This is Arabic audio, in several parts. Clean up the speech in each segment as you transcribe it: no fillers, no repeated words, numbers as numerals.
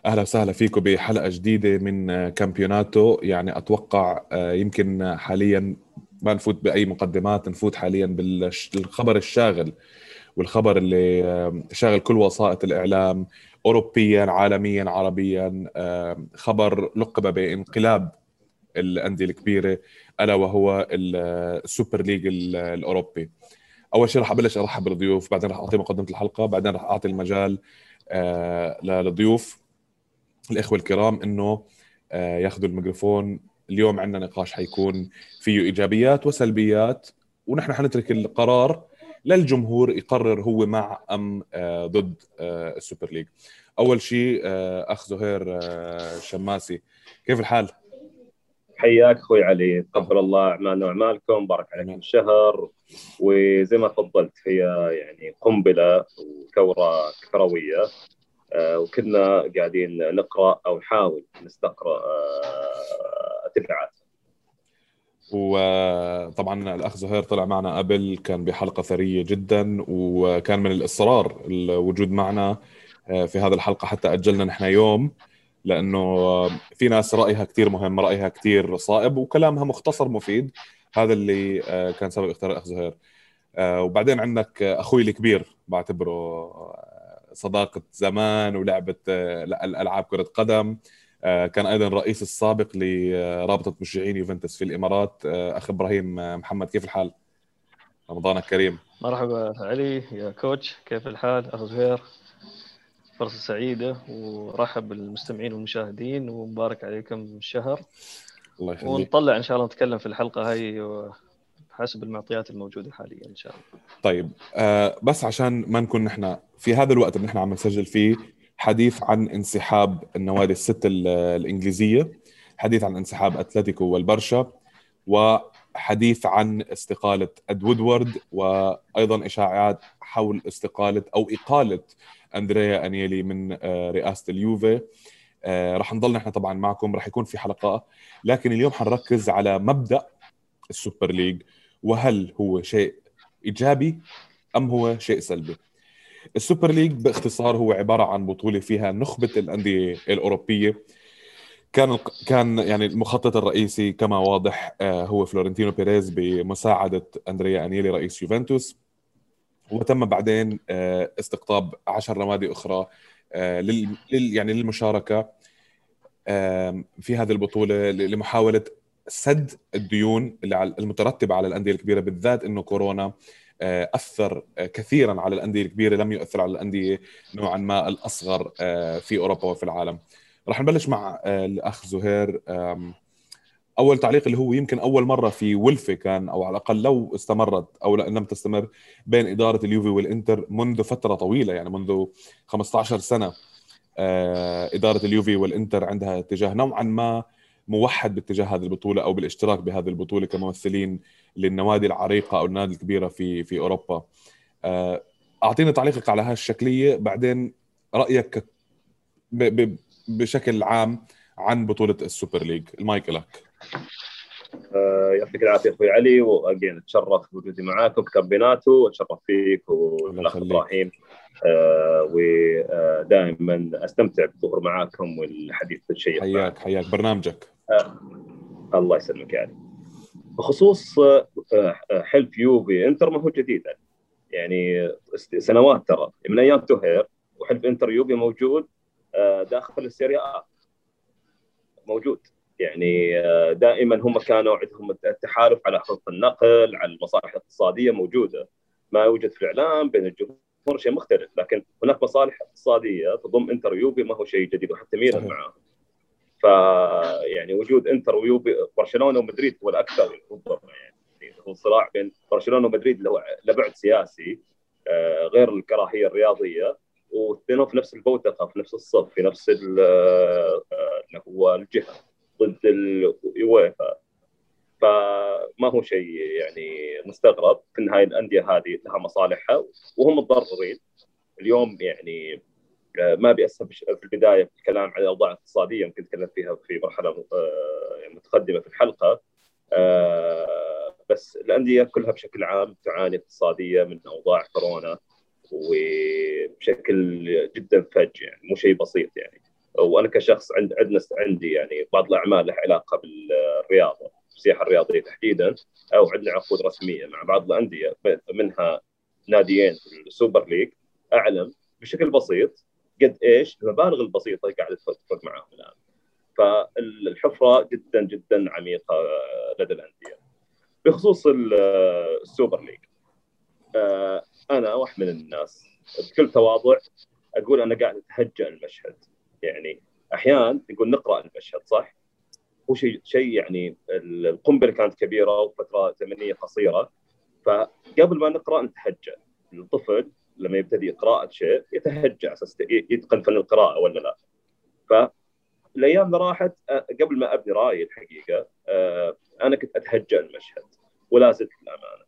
أهلا وسهلا فيكم بحلقة جديدة من كامبيوناتو. يعني أتوقع يمكن حاليا ما نفوت بأي مقدمات، نفوت حاليا بالخبر الشاغل، والخبر اللي شاغل كل وسائط الإعلام أوروبيا عالميا عربيا. خبر لقب بانقلاب الأندية الكبيرة، ألا وهو السوبر ليج الأوروبي. أول شيء راح أبلش أرحب بالضيوف، بعدين راح أعطي مقدمة الحلقة، بعدين راح أعطي المجال للضيوف الإخوة الكرام إنه ياخذوا الميكروفون. اليوم عندنا نقاش حيكون فيه إيجابيات وسلبيات، ونحن حنترك القرار للجمهور يقرر هو مع أم ضد السوبر ليج. أول شيء أخ زهير شماسي، كيف الحال؟ حياك اخوي علي، أهلا. تقبل الله اعمالنا واعمالكم، بارك عليكم تمام. الشهر. وزي ما تفضلت، هي يعني قنبله وثوره كرويه. وكنا قاعدين نقرا او نحاول نستقرا تبعات. وطبعا الأخ زهير طلع معنا قبل، كان بحلقة ثرية جدا، وكان من الإصرار الوجود معنا في هذا الحلقة، حتى أجلنا نحن يوم، لأنه في ناس رأيها كتير مهم، رأيها كتير صائب، وكلامها مختصر مفيد. هذا اللي كان سبب اختيار الأخ زهير. وبعدين عندك أخوي الكبير، بعتبره صداقة زمان ولعبة الألعاب كرة قدم. كان أيضا رئيس السابق لرابطة مشجعين يوفنتوس في الإمارات. أخ إبراهيم محمد، كيف الحال؟ رمضانك كريم. مرحبا علي يا كوتش، كيف الحال؟ أخ زهير، فرصة سعيدة، ورحب بالمستمعين والمشاهدين، ومبارك عليكم الشهر. الله يخليك. ونطلع إن شاء الله نتكلم في الحلقة هاي حسب المعطيات الموجودة حاليا إن شاء الله. طيب، بس عشان ما نكون نحن في هذا الوقت اللي نحن عم نسجل فيه حديث عن انسحاب النوادي الست الإنجليزية، حديث عن انسحاب أتلتيكو والبرشا، وحديث عن استقالة أد وودورد، وأيضا إشاعات حول استقالة أو إقالة أندريا أنيلي من رئاسة اليوفي. رح نضل نحن طبعا معكم، رح يكون في حلقة، لكن اليوم حنركز على مبدأ السوبر ليج، وهل هو شيء إيجابي أم هو شيء سلبي. السوبر ليج باختصار هو عبارة عن بطولة فيها نخبة الأندية الأوروبية. كان يعني المخطط الرئيسي كما واضح هو فلورنتينو بيريز بمساعدة أندريا أنيلي رئيس يوفنتوس، وتم بعدين استقطاب 10 نوادي أخرى يعني للمشاركة في هذه البطولة، لمحاولة سد الديون المترتبة على الأندية الكبيرة، بالذات أنه كورونا أثر كثيرا على الأندية الكبيرة، لم يؤثر على الأندية نوعا ما الأصغر في أوروبا وفي العالم. راح نبلش مع الأخ زهير. أول تعليق اللي هو يمكن أول مرة في ولفة كان، أو على الأقل لو استمرت أو لم تستمر، بين إدارة اليوفي والإنتر منذ فترة طويلة، يعني منذ 15 سنة. إدارة اليوفي والإنتر عندها اتجاه نوعا ما موحد باتجاه هذه البطولة أو بالاشتراك بهذه البطولة كممثلين للنوادي العريقة أو النادي الكبيرة في أوروبا. آه، أعطينا تعليقك على هالشكلية، بعدين رأيك بشكل عام عن بطولة السوبر ليج. المايك لك. يعطيك العافيه اخوي علي، واجين اتشرف بوجودي معاكم بكابيناتو، واتشرف فيك الله والاخ يخليك. ابراهيم. ودائما استمتع بالظهور معاكم والحديث الشيق حياك معكم. حياك برنامجك. آه، الله يسلمك يعني. بخصوص حلف يوفي انتر، ما هو جديد يعني، سنوات ترى من ايام توهير، وحلف انتر يوفي موجود داخل السيريا موجود. يعني دائما هم كانوا عندهم التحالف على خط النقل، على المصالح الاقتصاديه موجوده. ما يوجد في الاعلام بين الجمهور شيء مختلف، لكن هناك مصالح اقتصاديه تضم انتر ويوفي ما هو شيء جديد، وحتى ميلان صحيح. معاه. ف يعني وجود انتر ويوفي، برشلونه ومدريد هو الاكثر ربما، يعني هو صراع بين برشلونه ومدريد اللي هو له بعد سياسي غير الكراهيه الرياضيه، واثنينهم في نفس البوتقه، في نفس الصف، في نفس اللي هو الجهه ضد اليويفا. فما هو شيء يعني مستغرب. في النهايه الانديه هذه لها مصالحها وهم متضررين اليوم يعني. ما ابي اسهب في البدايه في الكلام عن الاوضاع الاقتصاديه، يمكن تكلمت فيها في مرحله متقدمه في الحلقه. بس الانديه كلها بشكل عام تعاني اقتصاديا من اوضاع كورونا، وبشكل جدا فج، يعني مو شيء بسيط يعني. وانا كشخص عندي يعني بعض الاعمال لها علاقه بالرياضه، السياحه الرياضيه تحديدا، او عندنا عقود رسميه مع بعض الانديه منها ناديين في السوبر ليج. اعلم بشكل بسيط قد ايش المبالغ البسيطه قاعده تفرق معاهم الان. فالحفره جدا جدا عميقه لدى الانديه. بخصوص السوبر ليج، انا واحد من الناس بكل تواضع اقول انا قاعد اتهجأ المشهد. يعني احيانا نقول نقرا المشهد صح، هو شيء يعني القنبله كانت كبيره وفتره زمنيه قصيره، فقبل ما نقرا نتهجأ. الطفل لما يبتدي قراءه شيء يتهجأ اساس يتقن فن القراءه ولا لا. فالايام اللي راحت قبل ما ابني رايي الحقيقه انا كنت اتهجأ المشهد ولا زلت للامانه.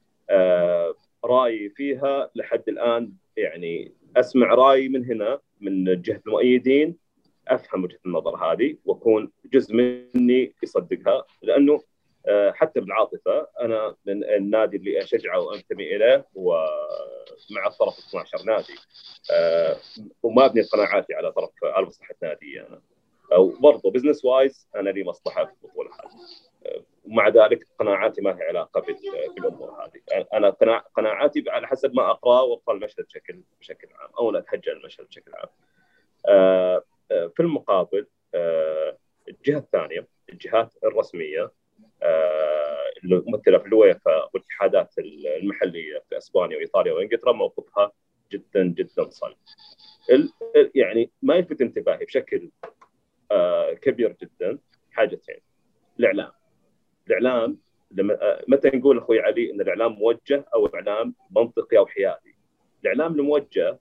رايي فيها لحد الان يعني اسمع راي من هنا من جهه المؤيدين، افهم وجهه النظر هذه واكون جزء مني يصدقها، لانه حتى بالعاطفه انا من النادي اللي اشجعه وانتمي اليه ومع طرف 12 نادي، وما ابني قناعاتي على مصلحه نادي انا، او برضه بزنس وايز انا لي مصلحه في البطوله هذه. ومع ذلك قناعاتي ما لها علاقه بالامور هذه. انا قناعاتي على حسب ما اقرا واقرا المشهد بشكل عام، او اتهجأ المشهد بشكل عام. في المقابل الجهه الثانيه، الجهات الرسميه الممثله في الويفا والاتحادات المحليه في اسبانيا وايطاليا وانجلترا موقفها جدا جدا صلب. يعني ما يلفت انتباهي بشكل كبير جدا حاجتين. الاعلام متى نقول اخوي علي ان الاعلام موجه او اعلام منطقي او حيادي؟ الاعلام الموجه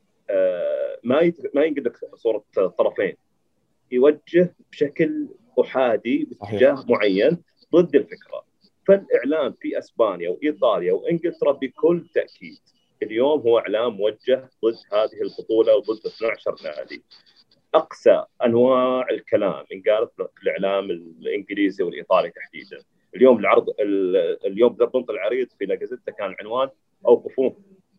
ما ينقل لك صوره طرفين، يوجه بشكل احادي باتجاه معين ضد الفكره. فالاعلام في اسبانيا وايطاليا وانجلترا بكل تاكيد اليوم هو اعلام موجه ضد هذه البطوله وضد 12 نادي. اقسى انواع الكلام انقالت في الاعلام الانجليزي والايطالي تحديدا. اليوم اليوم ضربنط العريض في لا جازيتا كان عنوان اوقفوه.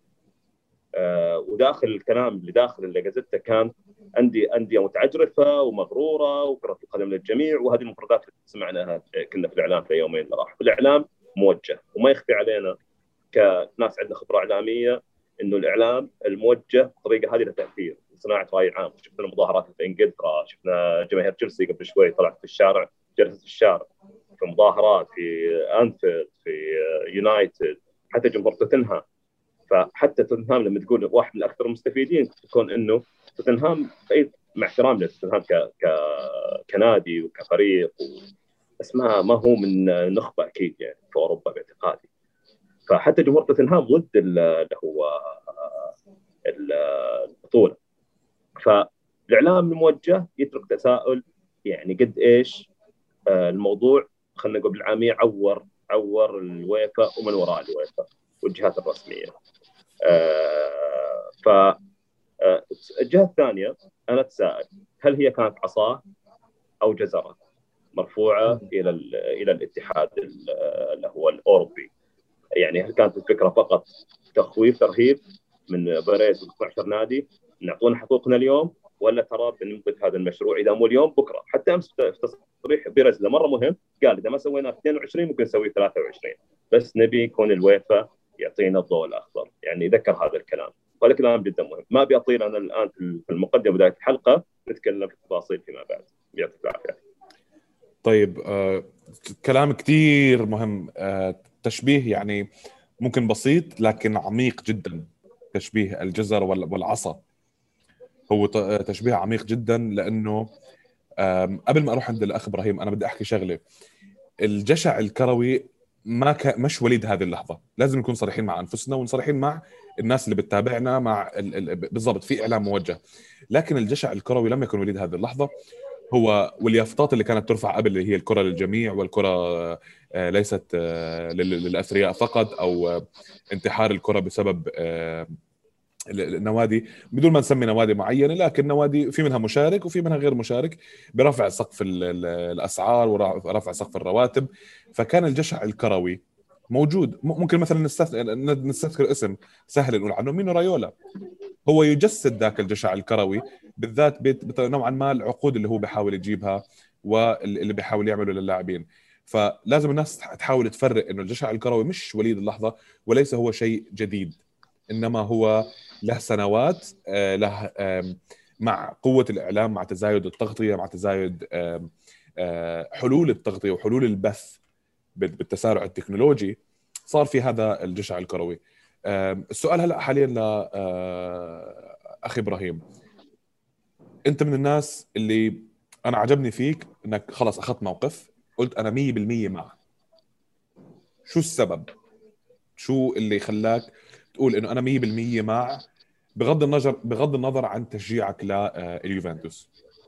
وداخل الكلام اللي داخل لا جازيتا كان أندية متعجرفة ومغرورة وكرة القدم للجميع، وهذه المفردات اللي سمعناها كنا في الإعلام في يومين اللي راح. الإعلام موجه، وما يخفي علينا كناس عندنا خبرة إعلامية إنه الإعلام الموجه بالطريقة هذه له تأثير صناعة رأي عام. شفنا المظاهرات في إنجلترا، شفنا جماهير تشيلسي قبل شوي طلعت في الشارع، جلست في الشارع، في مظاهرات في أنفيلد، في يونايتد، حتى جمهور توتنهام. فحتى توتنهام لما تقول واحد من اكثر المستفيدين تكون انه توتنهام، مع احترامنا لتوتنهام كنادي وكفريق بس ما هو من نخبه اكيد يعني في اوروبا باعتقادي. فحتى جمهور توتنهام ضد اللي هو البطوله. فالاعلام الموجه يترك تساؤل يعني قد ايش الموضوع خلينا نقول بالعاميه عور الويفا ومن وراء الويفا والجهات الرسميه. فالجهة الثانية أنا أتساءل هل هي كانت عصا أو جزرة مرفوعة إلى الاتحاد اللي هو الأوروبي؟ يعني هل كانت الفكرة فقط تخويف ترهيب من بيريز و12 نادي نعطونا حقوقنا اليوم، ولا ترى بننقذ هذا المشروع إذا مو اليوم بكرة؟ حتى أمس في تصريح بيريز ده مرة مهم، قال إذا ما سوينا 22 ممكن نسوي 23، بس نبي يكون الويفا يعطينا الضوء الأخضر. يعني ذكر هذا الكلام، وهذا كلام جدا مهم. ما بيطيل أنا الآن في المقدمة بداية الحلقة، نتكلم في التفاصيل فيما بعد. يعطيك العافية. طيب كلام كتير مهم. تشبيه يعني ممكن بسيط لكن عميق جدا. تشبيه الجزر والعصا هو تشبيه عميق جدا، لأنه قبل ما أروح عند الأخ إبراهيم أنا بدي أحكي شغلة. الجشع الكروي مش وليد هذه اللحظة. لازم نكون صريحين مع أنفسنا ونصريحين مع الناس اللي بتتابعنا مع بالضبط في إعلام موجه. لكن الجشع الكروي لم يكن وليد هذه اللحظة. هو واليافطات اللي كانت ترفع قبل اللي هي الكرة للجميع، والكرة ليست للأثرياء فقط، أو انتحار الكرة بسبب النوادي بدون ما نسمي نوادي معينة، لكن نوادي في منها مشارك وفي منها غير مشارك برفع سقف الأسعار ورفع سقف الرواتب. فكان الجشع الكروي موجود. ممكن مثلا نستذكر اسم سهل نقول عنه، مينو رايولا. هو يجسد ذاك الجشع الكروي، بالذات نوعا ما العقود اللي هو بيحاول يجيبها واللي بيحاول يعمله للاعبين. فلازم الناس تحاول تفرق انه الجشع الكروي مش وليد اللحظة، وليس هو شيء جديد، انما هو له سنوات، له مع قوة الإعلام، مع تزايد التغطية، مع تزايد حلول التغطية وحلول البث بالتسارع التكنولوجي، صار في هذا الجشع الكروي. السؤال هلأ حاليا أخي إبراهيم، أنت من الناس اللي أنا عجبني فيك أنك خلاص أخذت موقف، قلت أنا 100% مع. شو السبب؟ شو اللي خلاك تقول إنه أنا 100% مع، بغض النظر عن تشجيعك لليوفنتوس؟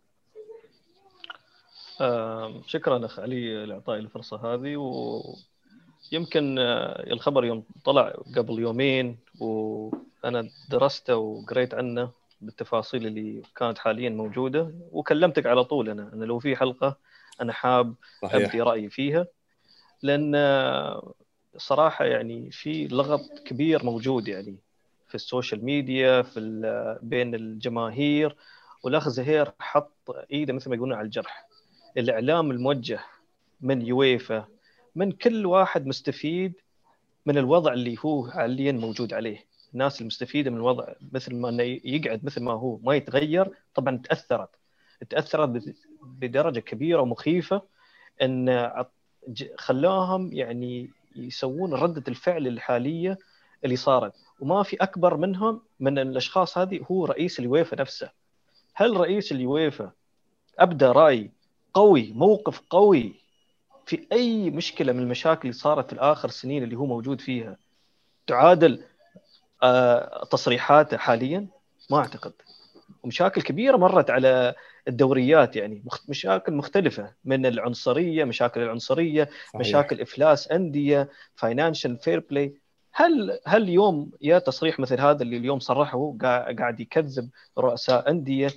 شكرا أخ علي لإعطائي الفرصة هذه. ويمكن الخبر يوم طلع قبل يومين وأنا درسته وقريت عنه بالتفاصيل اللي كانت حاليا موجودة، وكلمتك على طول. أنا لو في حلقة أنا حاب صحيح. أبدي رأيي فيها، لأن صراحة يعني في لغط كبير موجود يعني في السوشيال ميديا، بين الجماهير. والأخ زهير حط إيده مثل ما يقولون على الجرح. الإعلام الموجه من يويفا، من كل واحد مستفيد من الوضع اللي هو حاليا موجود عليه. الناس المستفيدة من الوضع مثل ما يقعد مثل ما هو ما يتغير، طبعا تأثرت بدرجة كبيرة ومخيفة، أن خلاهم يعني يسوون ردة الفعل الحالية اللي صارت. وما في أكبر منهم من الأشخاص هذه هو رئيس اليويفا نفسه. هل رئيس اليويفا أبدى رأي قوي، موقف قوي في أي مشكلة من المشاكل اللي صارت في الآخر سنين اللي هو موجود فيها تعادل تصريحاته حاليا؟ ما أعتقد. ومشاكل كبيرة مرت على الدوريات، يعني مشاكل مختلفة، من العنصرية، مشاكل العنصرية، صحيح. مشاكل إفلاس أندية، فاينانشال فير بلاي. هل اليوم يا تصريح مثل هذا اللي اليوم صرحه قاعد يكذب رؤساء أندية،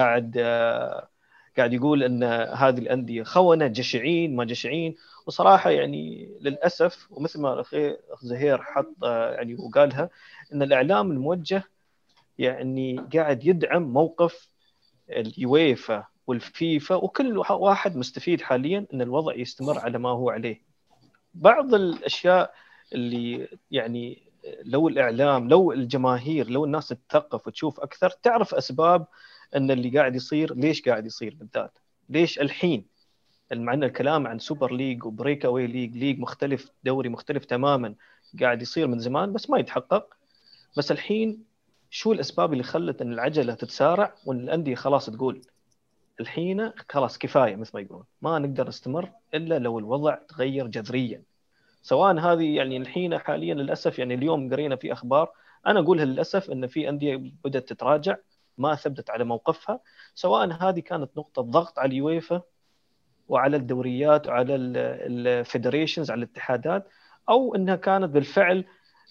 قاعد يقول ان هذه الانديه خونه، جشعين ما جشعين. وصراحه يعني للاسف، ومثل ما الاخ زهير حط يعني وقالها، ان الاعلام الموجه يعني قاعد يدعم موقف اليويفا والفيفا، وكل واحد مستفيد حاليا ان الوضع يستمر على ما هو عليه. بعض الاشياء اللي يعني لو الاعلام، لو الجماهير، لو الناس تثقف وتشوف اكثر، تعرف اسباب ان اللي قاعد يصير ليش قاعد يصير بالذات. ليش الحين؟ مع ان الكلام عن سوبر ليج وبريك اواي ليج مختلف، دوري مختلف تماما، قاعد يصير من زمان بس ما يتحقق. بس الحين شو الاسباب اللي خلت ان العجله تتسارع، وان الانديه خلاص تقول الحين خلاص كفايه، مثل ما يقولون ما نقدر نستمر الا لو الوضع تغير جذريا. سواء هذه يعني الحين حاليا للاسف، يعني اليوم قرينا في اخبار، انا اقولها للاسف، ان في انديه بدات تتراجع، ما ثبتت على موقفها. سواء هذه كانت نقطه ضغط على اليويفا وعلى الدوريات وعلى الفيدريشنز، على الاتحادات، او انها كانت بالفعل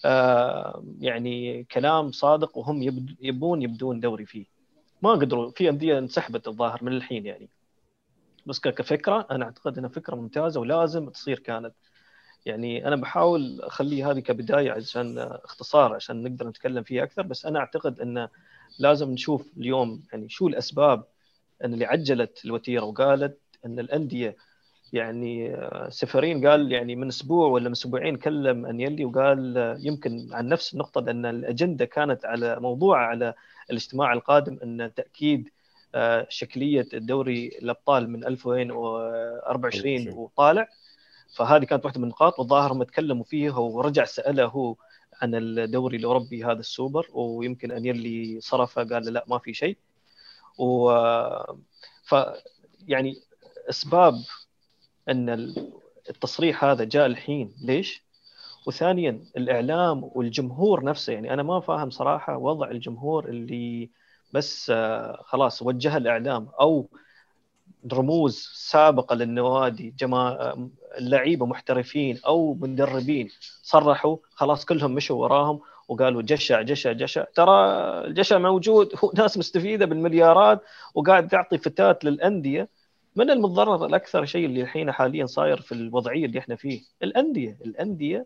يعني كلام صادق وهم يبدون دوري فيه. ما قدروا، في انديه انسحبت الظاهر من الحين يعني. بس كفكره انا اعتقد انها فكره ممتازه ولازم تصير. كانت يعني انا بحاول اخلي هذه كبدايه عشان اختصار، عشان نقدر نتكلم فيها اكثر. بس انا اعتقد ان لازم نشوف اليوم يعني شو الاسباب ان اللي عجلت الوتيره وقالت ان الانديه يعني سفرين. قال يعني من اسبوع ولا من اسبوعين كلم انيلي وقال يمكن عن نفس النقطه، لان الاجنده كانت على موضوع على الاجتماع القادم ان تاكيد شكليه الدوري الابطال من 2024 وطالع. فهذه كانت واحده من النقاط، والظاهر هم تكلموا فيها، ورجع ساله هو عن الدوري الاوروبي هذا السوبر، ويمكن انيلي صرفه قال لا ما في شيء. و ف يعني اسباب ان التصريح هذا جاء الحين ليش؟ وثانيا الاعلام والجمهور نفسه. يعني انا ما فاهم صراحه وضع الجمهور اللي بس خلاص وجه الاعلام او رموز سابقه للنوادي، اللعيبه محترفين او مدربين صرحوا خلاص كلهم مشوا وراهم وقالوا جشع جشع جشع. ترى الجشع موجود، هو ناس مستفيده بالمليارات وقاعد تعطي فتات للانديه. من المتضرر الاكثر شيء اللي الحين حاليا صاير في الوضعيه اللي احنا فيه؟ الانديه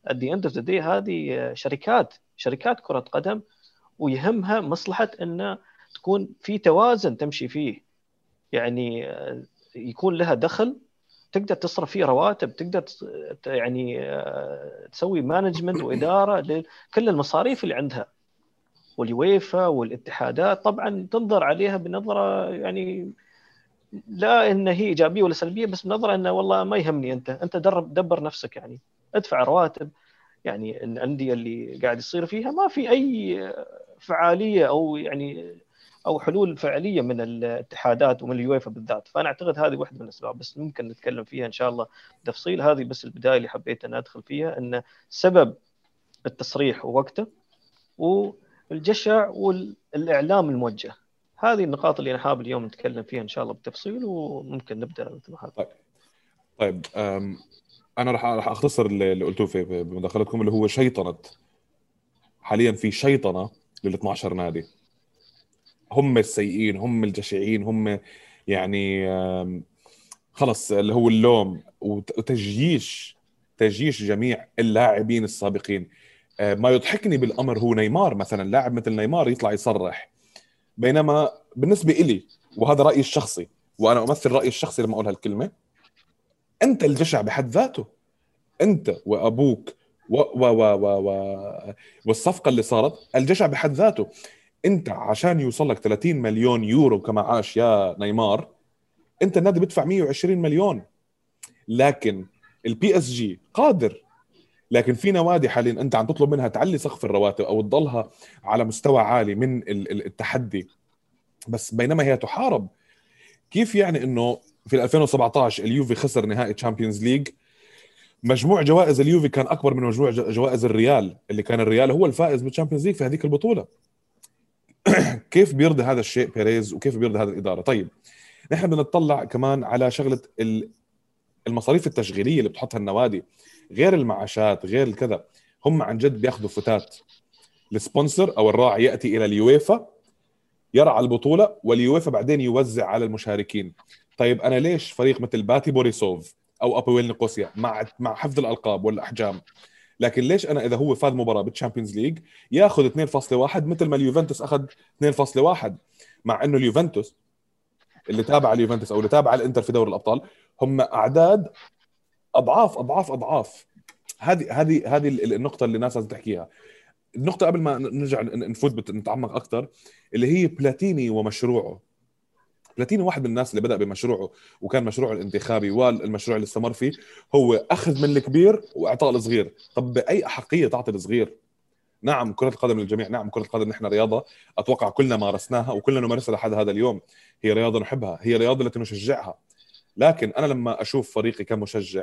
at the end of the day هذه شركات كرة قدم، ويهمها مصلحة أن تكون في توازن تمشي فيه، يعني يكون لها دخل تقدر تصرف فيه رواتب، تقدر يعني تسوي مانجمنت وإدارة لكل المصاريف اللي عندها. واليويفا والاتحادات طبعا تنظر عليها بنظرة يعني لا إن هي إيجابية ولا سلبية، بس بنظرة إنه والله ما يهمني، أنت دبر نفسك، يعني ادفع رواتب. يعني الأندية اللي قاعد يصير فيها ما في أي فعالية أو حلول فعلية من الاتحادات ومن اليويفا بالذات. فأنا أعتقد هذه واحدة من الأسباب، بس ممكن نتكلم فيها إن شاء الله تفصيل. هذه بس البداية اللي حبيت أن أدخل فيها، أن سبب التصريح ووقته والجشع والإعلام الموجه. هذه النقاط اللي أنا حابب اليوم نتكلم فيها إن شاء الله بالتفصيل، وممكن نبدأ مثل ما هذا. طيب أنا راح أختصر اللي قلتوه في بمداخلتكم، اللي هو شيطنة. حاليا في شيطنة لل 12 نادي، هم السيئين، هم الجشعين، هم يعني خلص اللي هو اللوم وتجييش جميع اللاعبين السابقين. ما يضحكني بالأمر هو نيمار مثلا، لاعب مثل نيمار يطلع يصرح، بينما بالنسبة إلي، وهذا رأيي الشخصي وأنا أمثل رأيي الشخصي لما أقول هالكلمة، أنت الجشع بحد ذاته، أنت وأبوك والصفقة اللي صارت، الجشع بحد ذاته. أنت عشان يوصل لك 30 مليون يورو كمعاش يا نيمار، أنت النادي بيدفع 120 مليون. لكن البي اس جي قادر، لكن في نوادي حاليا انت عم تطلب منها تعلي سقف الرواتب او تضلها على مستوى عالي من التحدي، بس بينما هي تحارب. كيف يعني انه في 2017 اليوفي خسر نهائي تشامبيونز ليج، مجموع جوائز اليوفي كان اكبر من مجموع جوائز الريال، اللي كان الريال هو الفائز بالتشامبيونز ليج في هذيك البطولة. كيف بيرضي هذا الشيء بيريز، وكيف بيرضي هذه الإدارة؟ طيب نحن بنطلع كمان على شغلة المصاريف التشغيلية اللي بتحطها النوادي، غير المعاشات غير الكذا. هم عن جد بياخذوا فتات. السبونسر او الراعي ياتي الى اليويفا يرعى البطوله، واليويفا بعدين يوزع على المشاركين. طيب انا ليش فريق مثل باتي بوريسوف او ابويل نيقوسيا مع حفظ الالقاب والاحجام، لكن ليش انا اذا هو فاز مباراه بالتشامبيونز ليج ياخذ 2.1 مثل ما اليوفنتوس اخذ 2.1؟ مع انه اليوفنتوس اللي تابع اليوفنتوس او اللي تابع الانتر في دوري الابطال هم اعداد اضعاف. هذه النقطه اللي الناس لازم تحكيها. النقطه قبل ما نرجع نفوت نتعمق اكثر، اللي هي بلاتيني ومشروعه. بلاتيني واحد من الناس اللي بدأ بمشروعه، وكان مشروعه الانتخابي والمشروع اللي استمر فيه هو اخذ من الكبير واعطاء الصغير. طب باي احقيه تعطي الصغير؟ نعم كرة القدم للجميع، نعم كرة القدم نحن رياضة أتوقع كلنا مارسناها وكلنا نمارسها لحد هذا اليوم، هي رياضة نحبها، هي رياضة التي نشجعها. لكن أنا لما أشوف فريقي كمشجع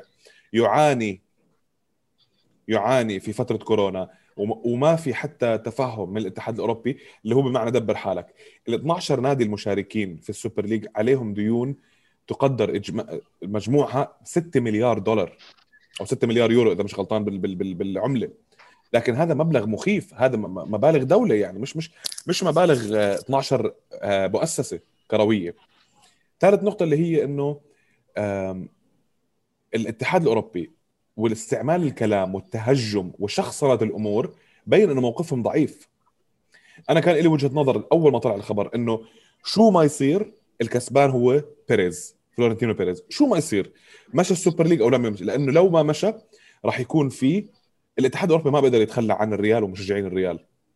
يعاني في فترة كورونا وما في حتى تفهم من الاتحاد الأوروبي، اللي هو بمعنى دبر حالك. ال 12 نادي المشاركين في السوبر ليج عليهم ديون تقدر مجموعها 6 مليار دولار أو 6 مليار يورو إذا مش غلطان بالعملة. لكن هذا مبلغ مخيف، هذا مبالغ دولة، يعني مش مبالغ 12 مؤسسة كروية. ثالث نقطة اللي هي إنه الاتحاد الأوروبي والاستعمال الكلام والتهجم وشخصنة الأمور بين إنه موقفهم ضعيف. أنا كان لي وجهة نظر أول ما طلع الخبر إنه شو ما يصير الكسبان هو فلورنتينو بيريز، شو ما يصير مشى السوبر ليج أو لم يمشي، لأنه لو ما مشى راح يكون في الاتحاد الأوروبي ما بيقدر يتخلى عن الريال ومشجعين الريال.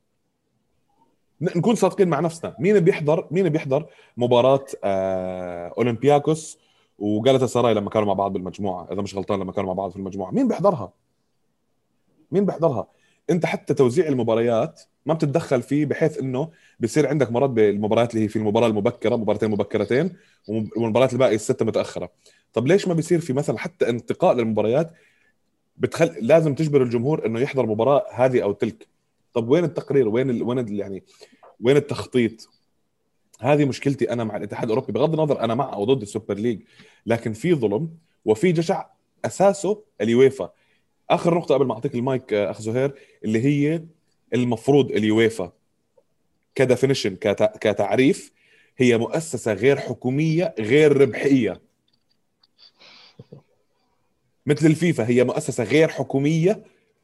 نكون صادقين مع نفسنا، مين بيحضر مباراة أولمبياكوس وجالاتا سراي لما كانوا مع بعض بالمجموعة؟ إذا مش غلطان لما كانوا مع بعض في المجموعة، مين بيحضرها؟ انت حتى توزيع المباريات ما بتتدخل فيه، بحيث انه بيصير عندك مرات بالمباريات اللي هي في المباراة المبكرة مباراتين مبكرتين والمباريات الباقي الستة متأخرة. طب ليش ما بيصير في مثلا حتى انتقاء للمباريات لازم تجبر الجمهور انه يحضر مباراة هذه او تلك؟ طب وين التقرير؟ وين التخطيط؟ هذه مشكلتي انا مع الاتحاد الاوروبي. بغض النظر انا مع او ضد السوبر ليج، لكن في ظلم وفي جشع اساسه اليويفا. اخر نقطه قبل ما اعطيك المايك اخ زهير، اللي هي المفروض اليويفا كديفينيشن كتعريف هي مؤسسه غير حكوميه غير ربحيه، مثل الفيفا هي مؤسسه غير حكوميه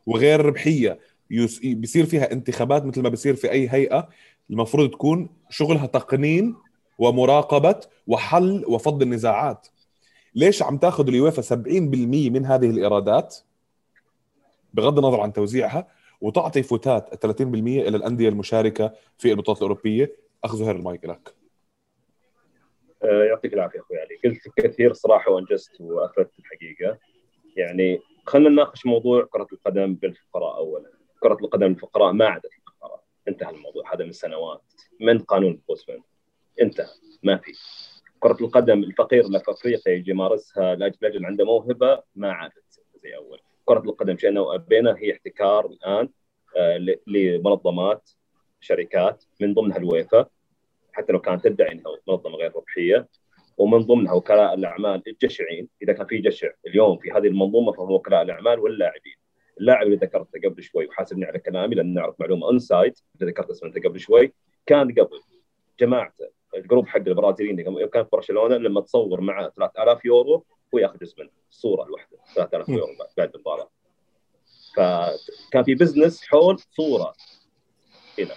وغير ربحيه، بيصير فيها انتخابات مثل ما بيصير في اي هيئه المفروض تكون شغلها تقنين ومراقبه وحل وفض النزاعات. ليش عم تاخذ اليويفا 70% من هذه الايرادات بغض النظر عن توزيعها، وتعطي فتات 30% الى الانديه المشاركه في البطولات الاوروبيه؟ اخذ هير المايك لك. يعطيك العافيه اخوي علي، قلت كثير صراحه وانجزت وافدت الحقيقه. يعني خلينا نناقش موضوع كره القدم بالفقراء اولا. كره القدم للفقراء ما عادت الفقراء، انتهى الموضوع هذا من سنوات، من قانون بوسمان انتهى، ما في. كره القدم الفقير اللي في افريقيا يجي يمارسها لاجل عنده موهبه، ما عادت زي اول. كره القدم شئنا وابينا هي احتكار الان لمنظمات، شركات، من ضمنها الويفا حتى لو كانت تدعي انها منظمه غير ربحيه، ومن ضمنها وكلاء الاعمال الجشعين. اذا كان في جشع اليوم في هذه المنظومه فهو وكلاء الاعمال واللاعبين. اللاعب اللي ذكرته قبل شوي، وحاسبني على كلامي لان نعرف معلومه انسايد، اللي ذكرت اسمه انت قبل شوي، كان قبل جماعته الجروب حق البرازيليين يوم كان في برشلونه لما تصور مع 3000 يورو هو ياخذ جزء منه، الصوره الواحده 3000 يورو بعد المباراه. فكان في بزنس حول صوره هنا.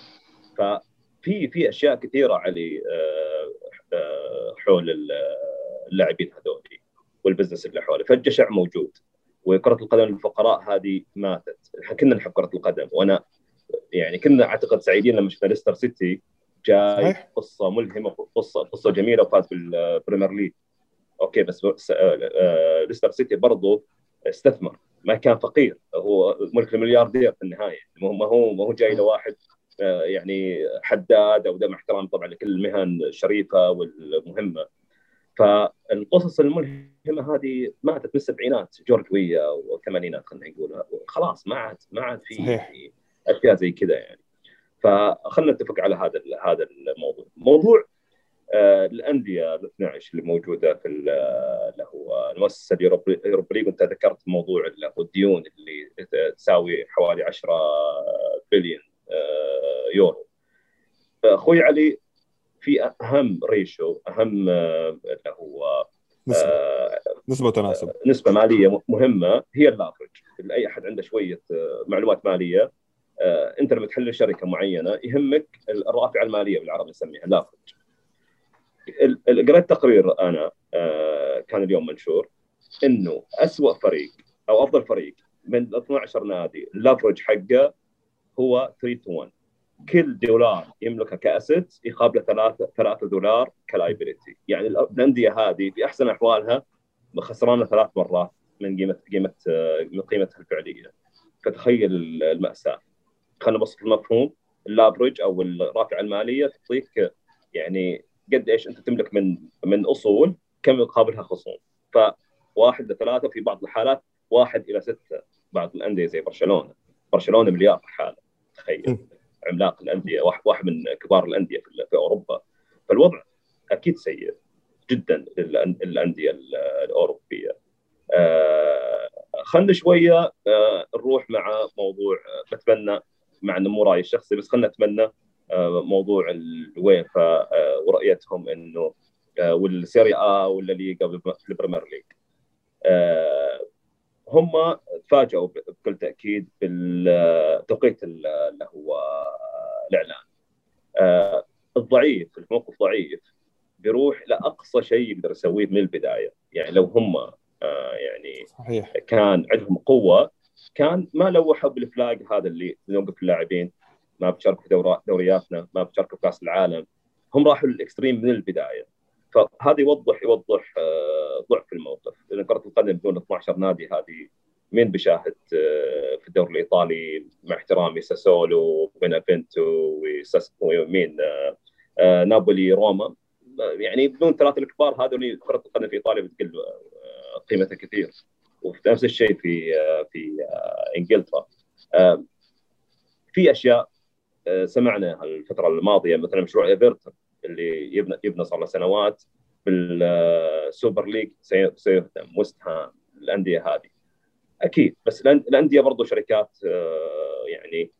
ففي اشياء كثيره علي حول اللاعبين هذول والبزنس اللي حوله. فالجشع موجود، وكره القدم للفقراء هذه ماتت. احنا كنا نحب كره القدم، وانا يعني كنا اعتقد سعيدين لما شفنا ليستر سيتي جاي صحيح. قصه ملهمه، قصه جميله، وفاز بالبريمير ليج. اوكي، بس ليستر سيتي برضه استثمر، ما كان فقير، هو ملك الملياردير في النهايه. ما هو جاي لواحد يعني حداد او دم احترام طبعا لكل المهن الشريفه والمهمه. فالقصص الملهمه هذه ماتت من السبعينات، جورج ويا والثمانينات خلينا نقول، خلاص ما عاد في يعني اشياء زي كذا يعني. فخلنا نتفق على هذا الموضوع. موضوع الانديه ال 12 اللي موجوده في اللي هو المؤسسه اليوروبا ليج، وانت ذكرت موضوع اللي هو الديون اللي تساوي حوالي 10 بليون يورو. اخوي علي، في اهم ريشو، اهم اللي هو نسبة وتناسب، نسبه ماليه مهمه، هي اللافرج. اي احد عنده شويه معلومات ماليه، انت لما تحلل شركه معينه يهمك الرافعه الماليه بالعربي نسميها اللافرج. قرأت تقرير انا كان اليوم منشور انه اسوأ فريق او افضل فريق من 12 نادي اللافرج حقه هو 3-1. كل دولار يملكه كاسيت يقابله 3 دولار كلايبيليتي. يعني الانديه هذه في احسن احوالها خسرانه 3 مرات من قيمتها الفعليه. فتخيل المأساة. خلينا نبسط المفهوم. اللافرج او الرافعه الماليه تعطيك يعني قد ايش انت تملك من اصول، كم يقابلها خصوم. ف1 ل3، في بعض الحالات 1 إلى 6. بعض الانديه زي برشلونه مليار حاله، تخيل، عملاق الانديه، واحد من كبار الانديه في اوروبا. فالوضع اكيد سيء جدا للانديه الاوروبيه. خلنا شويه نروح مع موضوع بتمنى، مع انه مو رايي الشخصي، بس خلنا نتمنى موضوع الويفا ورؤيتهم انه والسيريا ولا ليغا البريمير ليج. هم تفاجئوا بكل تاكيد بالتوقيت اللي هو الاعلان. الضعيف، الموقف ضعيف، بيروح لاقصى شيء يقدر يسويه من البدايه. يعني لو هم يعني صحيح. كان عندهم قوه، كان ما لوحوا بالفلاج هذا اللي نوقف اللاعبين ما بتشاركوا في دورياتنا، ما بتشاركوا في كاس العالم. هم راحوا للاكستريم من البدايه. فهذا يوضح ضعف الموقف. لان كره القدم بدون 12 نادي هذه مين بيشاهد في الدوري الايطالي؟ مع احترامي ساسولو، بينافنتو، ومين نابولي، روما. يعني بدون 3 الكبار هذول كره القدم في ايطاليا بتقل قيمتها كثير. وفي نفس الشيء في انجلترا. في اشياء سمعنا الفتره الماضيه، مثلا مشروع ايفرتون اللي يبنى صار له سنوات بالسوبر ليج سيهدم. ويست هام، الانديه هذه اكيد، بس الانديه برضو شركات يعني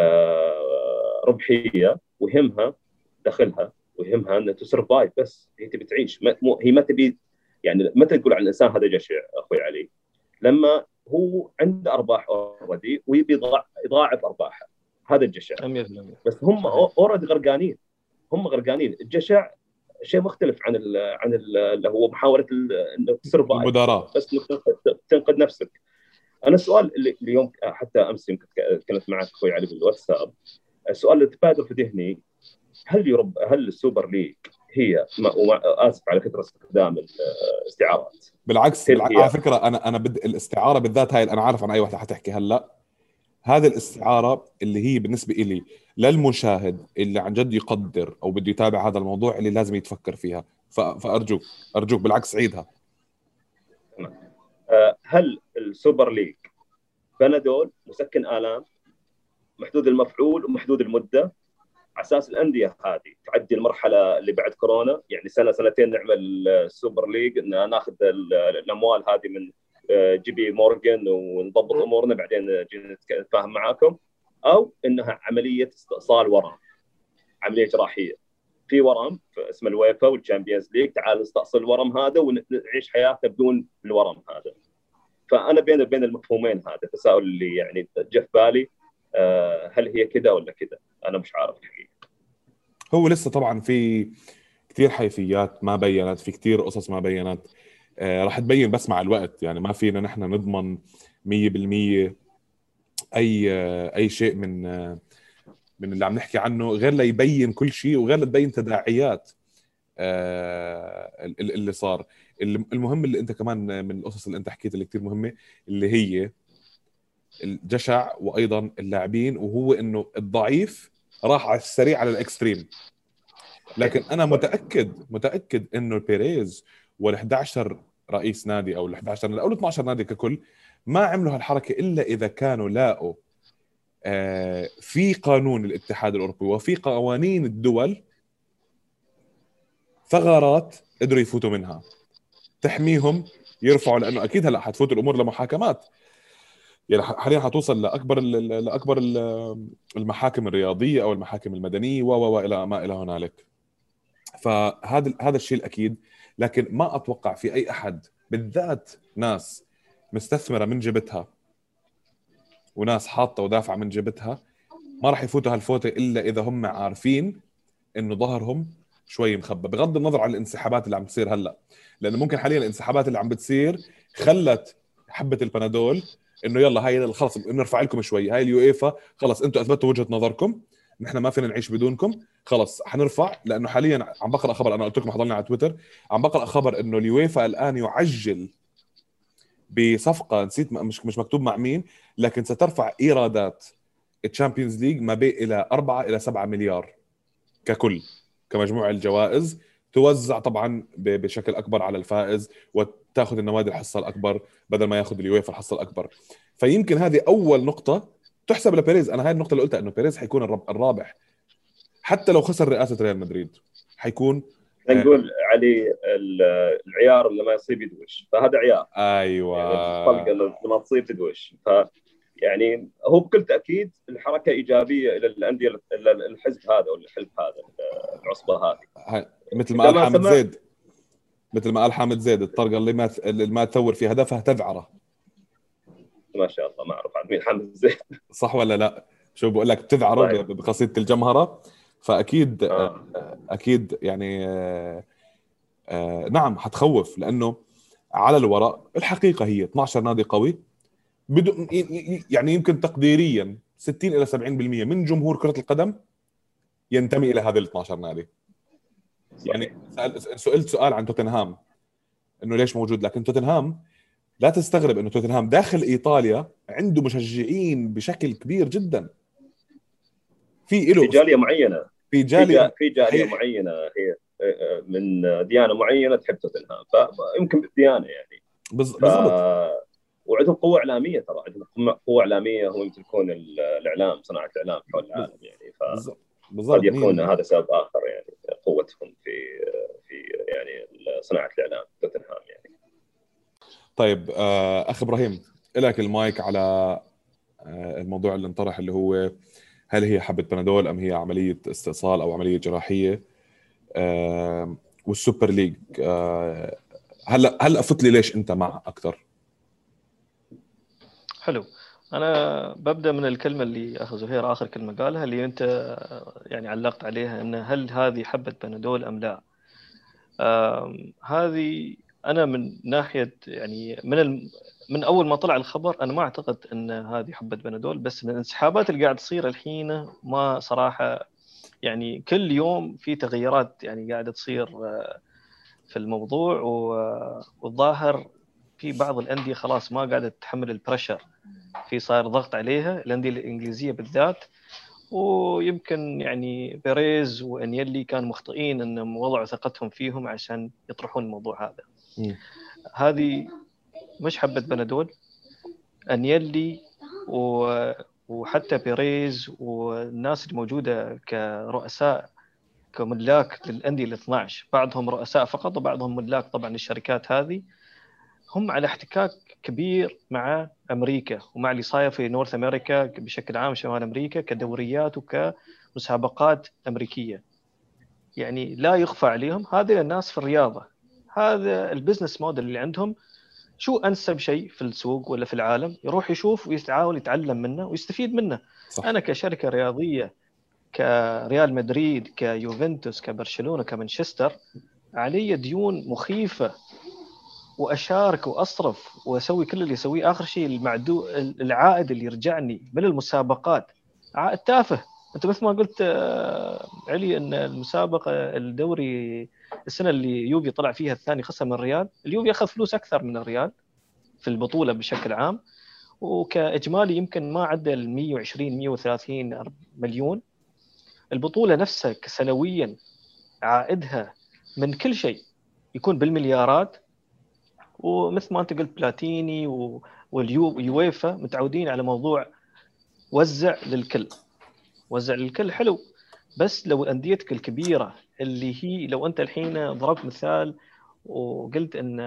ربحيه، ويهمها دخلها، ويهمها انها تسرفايف. بس هي تبي تعيش، هي ما تبي. يعني متى تقول عن الانسان هذا جشع اخوي علي؟ لما هو عنده ارباح اوريدي ويبي يضاعف ارباحه، هذا الجشع. 100%. بس هم اوريدي غرقانين، هم غرقانين. الجشع شيء مختلف عن اللي هو محاوله انك تسرفايف، المداراة. بس انك تنقذ نفسك. انا السؤال اللي اليوم حتى امس يمكن تكلمت معك اخوي علي بالواتساب، السؤال اللي تبادر في ذهني، هل السوبر ليج هي اسف على كثره استخدام الاستعارات، بالعكس هل هي على فكرة أنا بدي الاستعارة بالذات هاي، أنا عارف عن أي واحدة حتحكي هلأ. هذه الاستعارة اللي هي بالنسبة إلي للمشاهد اللي عن جد يقدر أو بده يتابع هذا الموضوع اللي لازم يتفكر فيها. فأرجوك بالعكس عيدها. هل السوبر ليج بنادول مسكن آلام محدود المفعول ومحدود المدة، على اساس الانديه هذه تعدي المرحله اللي بعد كورونا، يعني سنه سنتين نعمل السوبر ليج، ان ناخذ الاموال هذه من جي بي مورغان ونضبط امورنا بعدين نتفاهم معاكم، او انها عمليه استئصال ورم، عمليه جراحيه في ورم اسمه الويفا والشامبيونز ليج، تعال نستأصل الورم هذا ونعيش حياتنا بدون الورم هذا. فانا بين المفهومين، هذا التساؤل اللي يعني جه في بالي، هل هي كذا ولا كذا؟ انا مش عارف الحقيقه. هو لسه طبعا في كتير حيثيات ما بينت، في كتير قصص ما بينت، راح تبين بس مع الوقت. يعني ما فينا نحن نضمن 100% أي شيء من اللي عم نحكي عنه، غير ليبين كل شيء وغير لتبين تداعيات اللي صار. المهم اللي انت كمان من القصص اللي انت حكيت اللي كتير مهمة، اللي هي الجشع وايضا اللاعبين، وهو انه الضعيف راح على السريع على الاكستريم. لكن انا متاكد انه بيريز وال11 رئيس نادي او ال11 او ال12 نادي ككل ما عملوا هالحركه الا اذا كانوا لاقوا في قانون الاتحاد الاوروبي وفي قوانين الدول ثغرات قدروا يفوتوا منها تحميهم، يرفعوا. لانه اكيد هلا حتفوت الامور لمحاكمات، يعني حاليا حتوصل لاكبر المحاكم الرياضيه او المحاكم المدنيه والى ما الى هنالك. فهذا الشيء الاكيد. لكن ما اتوقع في اي احد، بالذات ناس مستثمره من جبتها وناس حاطه ودافعه من جبتها، ما راح يفوتوا هالفوته الا اذا هم عارفين انه ظهرهم شوي مخبى، بغض النظر عن الانسحابات اللي عم تصير هلا. لانه ممكن حاليا الانسحابات اللي عم بتصير خلت حبه البنادول انه يلا هاي خلص بنرفع لكم شوي، هاي اليويفا خلص انتم اثبتوا وجهه نظركم، نحن ما فينا نعيش بدونكم، خلص حنرفع. لانه حاليا عم بقرا خبر، انا قلت لكم حضرني على تويتر، عم بقرا خبر انه اليويفا الان يعجل بصفقه، نسيت مش مكتوب مع مين، لكن سترفع ايرادات الشامبيونز ليج ما بين الى 4 الى 7 مليار ككل، كمجموع الجوائز توزع طبعا بشكل اكبر على الفائز، وتاخذ النوادي الحصه الاكبر بدل ما ياخذ اليويفا الحصه الاكبر. فيمكن هذه اول نقطه تحسب لبيريز. انا هاي النقطه اللي قلتها، انه بيريز حيكون الرابح حتى لو خسر رئاسه ريال مدريد، حيكون نقول علي العيار اللي ما يصيب يدوش، فهذا عيار. ايوه يعني الطلقه اللي ما تصيب تدوش. يعني هو بكل تاكيد الحركه ايجابيه الى الانديه، الحزب هذا ولا الحلف هذا، العصبه هذه. مثل ما قال حامد زيد، الطرقه اللي ما تثور في هدفها تذعره. ما شاء الله، ما اعرف عن مين حامد زيد. صح ولا لا؟ شو بقول لك، تذعره بقصيده الجمهره. فاكيد اكيد يعني نعم حتخوف، لانه على الورق الحقيقه هي 12 نادي قوي، يعني يمكن تقديريا 60 الى 70% من جمهور كره القدم ينتمي الى هذه ال 12 نادي. يعني سئلت سؤال عن توتنهام انه ليش موجود، لكن توتنهام لا تستغرب انه توتنهام داخل ايطاليا عنده مشجعين بشكل كبير جدا، في جاليه معينه، في جاليه معينه هي من ديانه معينه تحب توتنهام، فيمكن بالديانه يعني بالضبط. وعندهم قوه اعلاميه، ترى عندهم قوه اعلاميه، هم يمتلكون الاعلام، صناعه الاعلام حول العالم يعني. بالضبط قد يكون هذا سبب اخر يعني، قوتهم في يعني صناعه الاعلام توتنهام يعني. طيب اخ ابراهيم، لك المايك على الموضوع اللي انطرح، اللي هو هل هي حبة بنادول ام هي عملية استئصال او عملية جراحية، والسوبر ليج. هلا فوت لي ليش انت مع اكثر؟ حلو. انا ببدا من الكلمه اللي اخ زهير اخر كلمه قالها، اللي انت يعني علقت عليها، ان هل هذه حبه بنادول ام لا. هذه انا من ناحيه يعني من اول ما طلع الخبر انا ما اعتقد ان هذه حبه بنادول، بس من الانسحابات اللي قاعد تصير الحين ما صراحه، يعني كل يوم في تغيرات يعني قاعده تصير في الموضوع، والظاهر في بعض الانديه خلاص ما قاعده تتحمل البريشر، في صار ضغط عليها الانديه الانجليزيه بالذات. ويمكن يعني بيريز وانيلي كانوا مخطئين انهم وضعوا ثقتهم فيهم عشان يطرحون الموضوع هذا. هذه مش حبة بنادول. انيلي وحتى بيريز والناس الموجودة كرؤساء كملاك للأندية ال 12، بعضهم رؤساء فقط وبعضهم ملاك طبعا للشركات هذه، هم على احتكاك كبير مع أمريكا ومع اللي صاير في نورث أمريكا بشكل عام، شمال أمريكا، كدوريات وكمسابقات أمريكية. يعني لا يخفى عليهم هذه الناس في الرياضة، هذا البزنس موديل اللي عندهم. شو أنسب شيء في السوق ولا في العالم يروح يشوف ويحاول يتعلم منه ويستفيد منه. صح. أنا كشركة رياضية كريال مدريد كيوفنتوس كبرشلونة كمانشستر علي ديون مخيفة، واشارك واصرف واسوي كل اللي اسويه، اخر شيء العائد اللي يرجعني من المسابقات عائد تافه. انت مثل ما قلت علي ان المسابقه الدوري السنه اللي يوفي طلع فيها الثاني خسر من الريال، اليوفي اخذ فلوس اكثر من الريال في البطوله بشكل عام، وكاجمالي يمكن ما عدى ال 120 130 مليون. البطوله نفسها سنويا عائدها من كل شيء يكون بالمليارات، ومثل ما انت قلت بلاتيني واليويفا متعودين على موضوع وزع للكل. وزع للكل حلو، بس لو انديتك الكبيره اللي هي، لو انت الحين ضربت مثال وقلت ان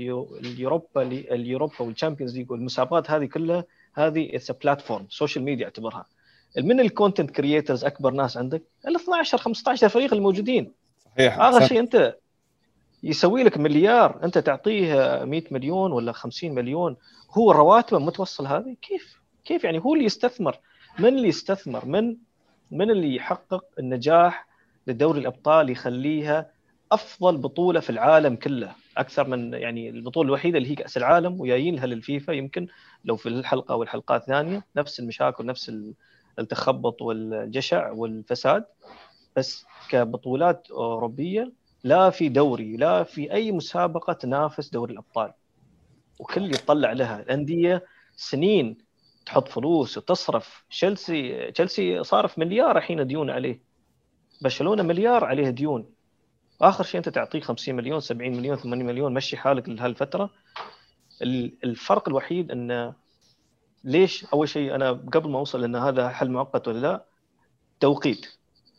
اليوروبا والشامبيونز ليج والمسابقات هذه كلها، هذه اتس بلاتفورم سوشيال ميديا اعتبرها. من الكونتنت كرييترز اكبر ناس عندك ال 12 15 فريق الموجودين. صحيح. اخر شيء انت يسوي لك مليار، انت تعطيه 100 مليون ولا 50 مليون، هو رواتبه متوصل هذه؟ كيف يعني هو اللي يستثمر؟ من اللي يستثمر؟ من اللي يحقق النجاح لدوري الابطال يخليها افضل بطوله في العالم كله، اكثر من يعني البطوله الوحيده اللي هي كاس العالم وجايين لها للفيفا. يمكن لو في الحلقه او الحلقات الثانيه نفس المشاكل نفس التخبط والجشع والفساد، بس كبطولات اوروبيه لا في دوري لا في اي مسابقه تنافس دوري الابطال، وكل يطلع لها الانديه سنين تحط فلوس وتصرف. تشيلسي صارف مليار الحين ديون عليه، برشلونه مليار عليه ديون، اخر شيء انت تعطيه 50 مليون 70 مليون 80 مليون مشي حالك لهالفتره. الفرق الوحيد انه ليش، اول شيء انا قبل ما اوصل ان هذا حل مؤقت ولا لا، توقيت.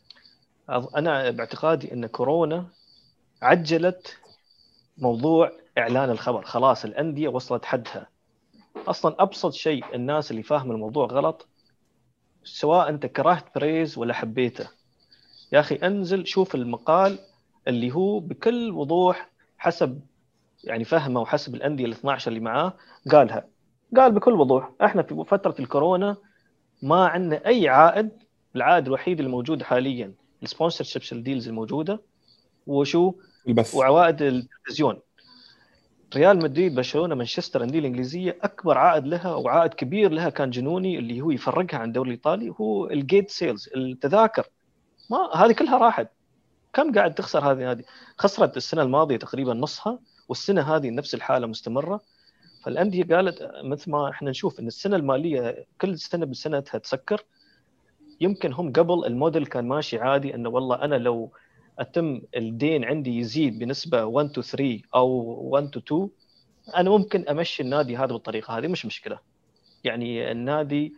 انا باعتقادي ان كورونا عجلت موضوع اعلان الخبر، خلاص الانديه وصلت حدها. اصلا ابسط شيء الناس اللي فاهم الموضوع غلط، سواء انت كرهت بريز ولا حبيته، يا اخي انزل شوف المقال اللي هو بكل وضوح حسب يعني فهمه وحسب الانديه ال 12 اللي معاه قالها. قال بكل وضوح احنا في فتره الكورونا ما عندنا اي عائد، العائد الوحيد الموجود حاليا السبونسر شيبس الديلز الموجوده وشو البث وعوائد التلفزيون. ريال مدريد برشلونه مانشستر الانديه الانجليزيه اكبر عائد لها وعائد كبير لها كان جنوني اللي هو يفرقها عن الدوري الايطالي، هو الجيت سيلز التذاكر. ما هذه كلها راحت. كم قاعد تخسر هذه خسرت السنه الماضيه تقريبا نصها، والسنه هذه نفس الحاله مستمره. فالانديه قالت مثل ما احنا نشوف ان السنه الماليه كل سنه بسنتها تسكر. يمكن هم قبل الموديل كان ماشي عادي انه والله انا لو اتم الدين عندي يزيد بنسبه 1 to 3 او 1 to 2 انا ممكن امشي النادي هذا بالطريقه هذه، مش مشكله. يعني النادي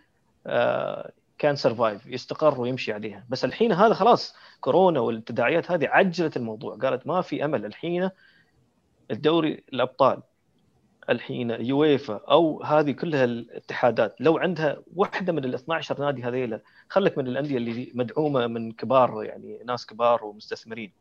كان سرفايف يستقر ويمشي عليها. بس الحين هذا خلاص كورونا والتداعيات هذه عجلت الموضوع، قالت ما في امل الحين. الدوري الابطال الحين يويفا او هذه كلها الاتحادات لو عندها واحده من ال 12 نادي هذيلا، خلك من الانديه اللي مدعومه من كبار يعني ناس كبار ومستثمرين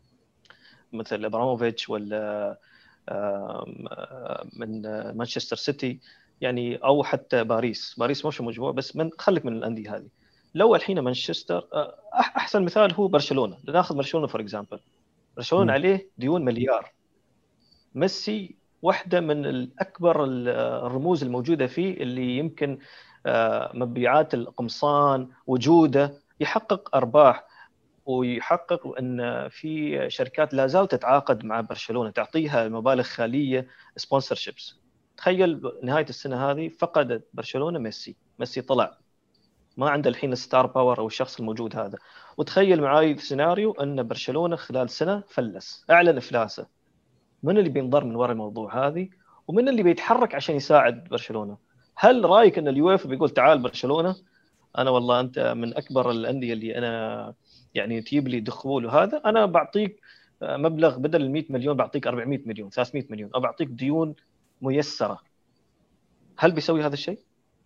مثل ابراموفيتش ولا من مانشستر سيتي، يعني او حتى باريس مش مجموعه، بس خليك من الانديه هذه. لو الحين مانشستر، احسن مثال هو برشلونه. ناخذ برشلونه فور اكزامبل. برشلونه عليه ديون مليار. ميسي واحده من الاكبر الرموز الموجوده فيه، اللي يمكن مبيعات القمصان، وجوده يحقق ارباح، ويحقق ان في شركات لا زالت تتعاقد مع برشلونه تعطيها مبالغ خياليه سبونسرشيبس. تخيل نهايه السنه هذه فقدت برشلونه ميسي طلع، ما عنده الحين الستار باور او الشخص الموجود هذا. وتخيل معي سيناريو ان برشلونه خلال سنه فلس، اعلن افلاسه. من اللي بينضر من وراء الموضوع هذه؟ ومن اللي بيتحرك عشان يساعد برشلونه؟ هل رايك ان اليويفا بيقول تعال برشلونه، انا والله انت من اكبر الانديه اللي انا يعني تجيب لي دخول، وهذا انا بعطيك مبلغ بدل ال 100 مليون بعطيك 400 مليون 300 مليون، او بعطيك ديون ميسره؟ هل بيسوي هذا الشيء؟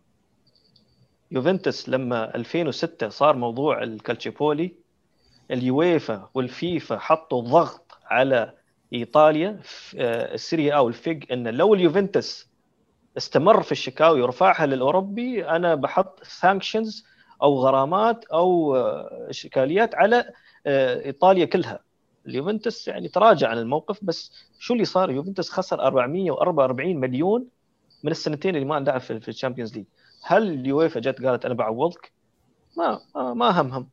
يوفنتوس لما 2006 صار موضوع الكالتشيبولي، اليويفا والفيفا حطوا ضغط على ايطاليا في السيريا او الفيج، ان لو اليوفنتوس استمر في الشكاوي ورفعها للاوروبي، انا بحط سانكشنز او غرامات او اشكاليات على ايطاليا كلها. اليوفنتوس يعني تراجع عن الموقف، بس شو اللي صار؟ اليوفنتوس خسر 444 مليون من السنتين اللي ما لعب في الشامبيونز ليج. هل اليويفا جت قالت انا بعوضك؟ ما همهم.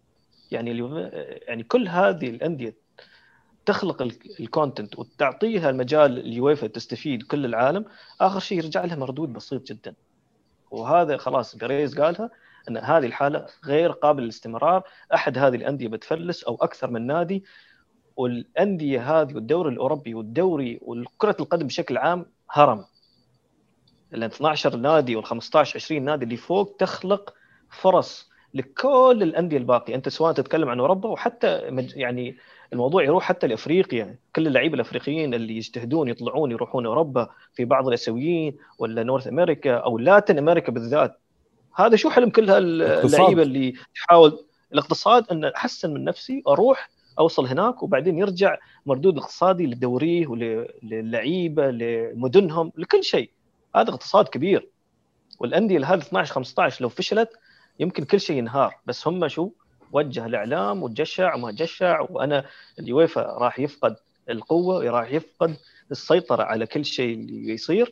يعني كل هذه الانديه تخلق الكونتنت وتعطيها المجال اليويفا تستفيد كل العالم، اخر شيء يرجع لها مردود بسيط جدا. وهذا خلاص بيريز قالها ان هذه الحاله غير قابله للاستمرار، احد هذه الانديه بتفلس او اكثر من نادي. والانديه هذه والدوري الاوروبي والدوري وكره القدم بشكل عام هرم. ال 12 نادي وال 15 20 نادي اللي فوق تخلق فرص لكل الانديه الباقيه. انت سواء تتكلم عن اوروبا، وحتى يعني الموضوع يروح حتى لافريقيا. كل اللعيبه الافريقيين اللي يجتهدون يطلعون يروحون اوروبا، في بعض الاسيويين ولا نورث امريكا او لاتن امريكا بالذات. هذا شو حلم كل هاللعيبه اللي تحاول الاقتصاد، ان احسن من نفسي اروح اوصل هناك، وبعدين يرجع مردود اقتصادي لدوريه وللعيبه لمدنهم لكل شيء. هذا اقتصاد كبير. والانديه هذه 12 15 لو فشلت يمكن كل شيء ينهار. بس هم شو وجه الاعلام وتجشع وما جشع، وانا اليويفا راح يفقد القوه، راح يفقد السيطره على كل شيء اللي يصير.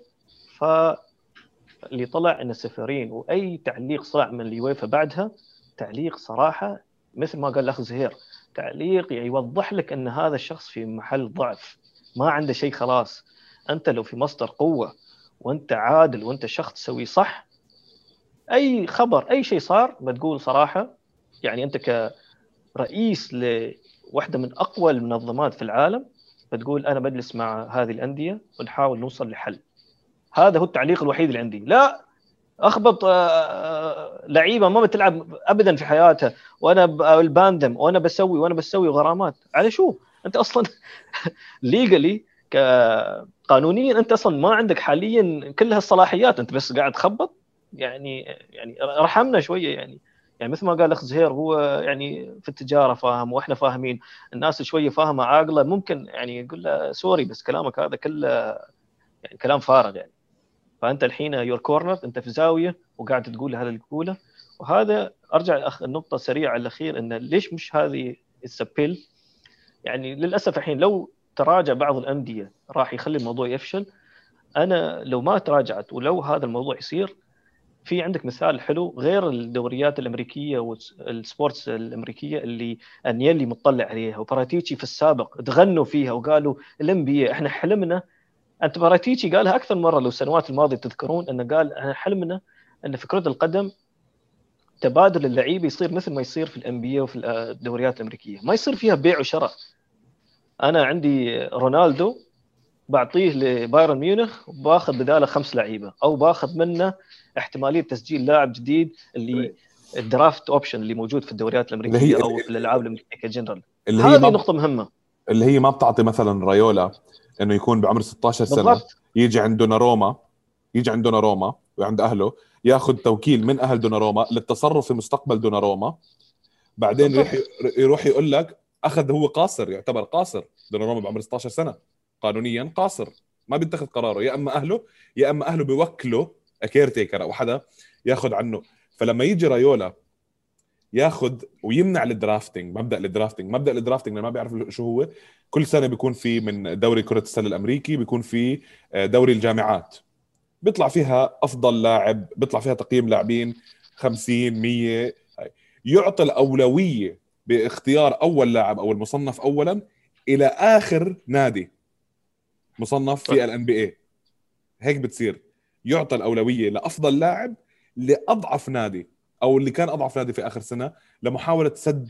فاللي طلع ان سفرين، واي تعليق صاع من اليويفا بعدها تعليق صراحه مثل ما قال الاخ زهير، تعليق يوضح لك ان هذا الشخص في محل ضعف، ما عنده شيء. خلاص انت لو في مصدر قوه وانت عادل وانت شخص تسوي صح، اي خبر اي شيء صار بتقول صراحه. يعني انت كرئيس لوحده من اقوى المنظمات في العالم بتقول انا بجلس مع هذه الانديه ونحاول نوصل لحل. هذا هو التعليق الوحيد اللي عندي. لا اخبط لعيبه ما بتلعب ابدا في حياتها، وانا الباندم وانا بسوي غرامات على شو؟ انت اصلا ليجلي قانونيا انت اصلا ما عندك حاليا كل هالصلاحيات، انت بس قاعد تخبط. يعني رحمنا شويه. يعني مثل ما قال الاخ زهير، هو يعني في التجاره فاهم واحنا فاهمين، الناس شويه فاهمه عاقله ممكن يعني يقول له سوري بس كلامك هذا كله يعني كلام فارغ. يعني فانت الحين يور كورنر، انت في زاويه وقاعد تقول هذا اللي تقوله. وهذا ارجع النقطه سريعه الاخير، ان ليش مش هذه السبيل. يعني للاسف الحين لو تراجع بعض الانديه راح يخلي الموضوع يفشل. انا لو ما تراجعت ولو هذا الموضوع يصير، في عندك مثال حلو غير الدوريات الامريكيه والسبورتس الامريكيه اللي انيلي مطلع عليها وباراتيتشي في السابق تغنوا فيها وقالوا الانبياء احنا حلمنا. انت باراتيتشي قالها اكثر مره لو السنوات الماضيه تذكرون، انه قال احنا حلمنا ان في كره القدم تبادل اللعيبه يصير مثل ما يصير في الانبياء وفي الدوريات الامريكيه، ما يصير فيها بيع وشراء. انا عندي رونالدو بعطيه لبايرن ميونخ وباخذ بداله 5 لعيبه، او باخذ منه احتماليه تسجيل لاعب جديد اللي الدرافت اوبشن اللي موجود في الدوريات الامريكيه او في الالعاب الامريكيه كجنرال. هذه نقطه مهمه، اللي هي ما بتعطي مثلا رايولا انه يكون بعمر 16 سنه بالضبط. يجي عندنا روما وعند اهله ياخذ توكيل من اهل دوناروما للتصرف في مستقبل دوناروما، بعدين يروح يقول لك اخذ هو قاصر، يعتبر قاصر. دوناروما بعمر 16 سنه قانونيا قاصر، ما بيتخذ قراره، يا اما اهله بيوكله كير تيكر او حدا ياخذ عنه. فلما يجي رايولا ياخذ ويمنع الدرافتنج، مبدا الدرافتنج اللي ما بيعرف شو هو، كل سنه بيكون في من دوري كره السله الامريكي بيكون في دوري الجامعات، بيطلع فيها افضل لاعب، بيطلع فيها تقييم لاعبين 50 100، يعطي الاولويه باختيار اول لاعب او المصنف اولا الى اخر نادي مصنف في الان بي اي. هيك بتصير يعطى الاولويه لافضل لاعب لاضعف نادي او اللي كان اضعف نادي في اخر سنه لمحاوله سد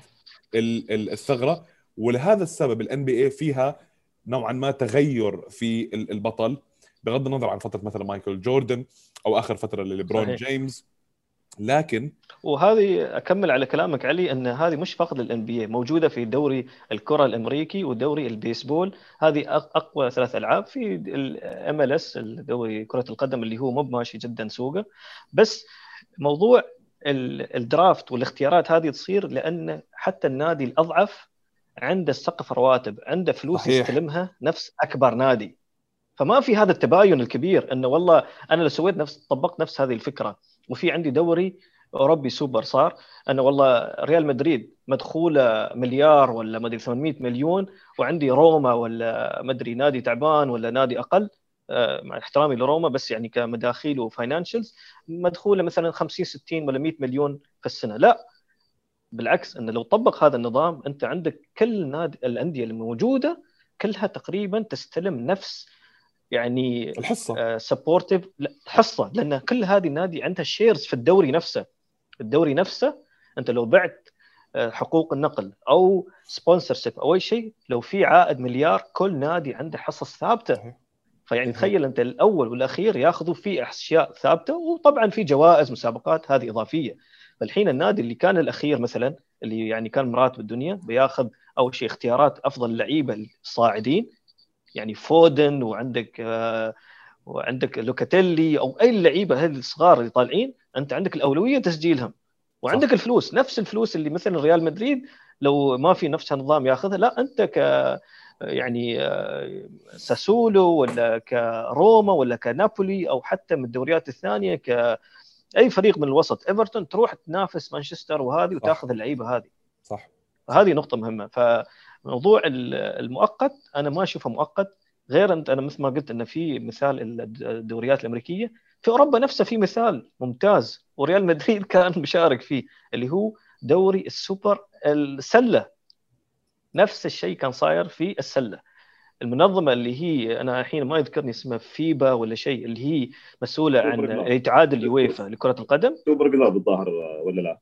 الثغره. ولهذا السبب الان بي اي فيها نوعا ما تغير في البطل، بغض النظر عن فتره مثلا مايكل جوردن او اخر فتره لليبرون جيمس. لكن وهذه اكمل على كلامك علي، ان هذه مش فقط للان بي اي، موجوده في دوري الكره الامريكي ودوري البيسبول. هذه اقوى ثلاث العاب. في الام ال اس، الدوري كره القدم، اللي هو مو ماشي جدا سوقه. بس موضوع الدرافت والاختيارات هذه تصير لان حتى النادي الاضعف عنده سقف رواتب، عنده فلوس صحيح. يستلمها نفس اكبر نادي. فما في هذا التباين الكبير، انه والله انا لو سويت طبقت نفس هذه الفكره، وفي عندي دوري اوروبي سوبر، صار انه والله ريال مدريد مدخوله مليار ولا ما ادري 800 مليون، وعندي روما ولا ما ادري نادي تعبان ولا نادي اقل، مع احترامي لروما، بس يعني كمداخيل وفاينانشلز مدخوله مثلا 50 60 ولا 100 مليون في السنه. لا، بالعكس، انه لو طبق هذا النظام انت عندك كل نادي، الانديه الموجوده كلها تقريبا تستلم نفس يعني الحصه سبورتيف حصه، لان كل هذه النادي عندها شيرز في الدوري نفسه. الدوري نفسه انت لو بعت حقوق النقل او سبونسرشيب او اي شيء، لو في عائد مليار، كل نادي عنده حصص ثابته. فيعني تخيل انت الاول والاخير ياخذوا في اشياء ثابته، وطبعا في جوائز مسابقات هذه اضافيه. فالحين النادي اللي كان الاخير مثلا، اللي يعني كان مراتب الدنيا، بياخذ اول شيء اختيارات افضل لعيبه الصاعدين، يعني فودن، وعندك لوكاتيلي او اي اللعيبه هذه الصغار اللي طالعين، انت عندك الاولويه تسجيلهم. وعندك صح. الفلوس، نفس الفلوس اللي مثلا ريال مدريد لو ما في نفس النظام ياخذها، لا انت يعني ساسولو ولا كروما ولا كنابولي، او حتى من الدوريات الثانيه كاي فريق من الوسط، ايفرتون، تروح تنافس مانشستر وهذه وتاخذ اللعيبه هذه. صح. فهذه نقطه مهمه. فموضوع المؤقت انا ما اشوفه مؤقت. غير انت، انا مثل ما قلت ان في مثال الدوريات الامريكيه، في اوروبا نفسها في مثال ممتاز وريال مدريد كان مشارك فيه، اللي هو دوري السوبر السله. نفس الشيء كان صاير في السله. المنظمه اللي هي انا الحين ما يذكرني اسمها، فيبا ولا شيء، اللي هي مسؤوله عن اتحاد اليويفا لكره القدم. سوبر جلاب الظاهر ولا لا؟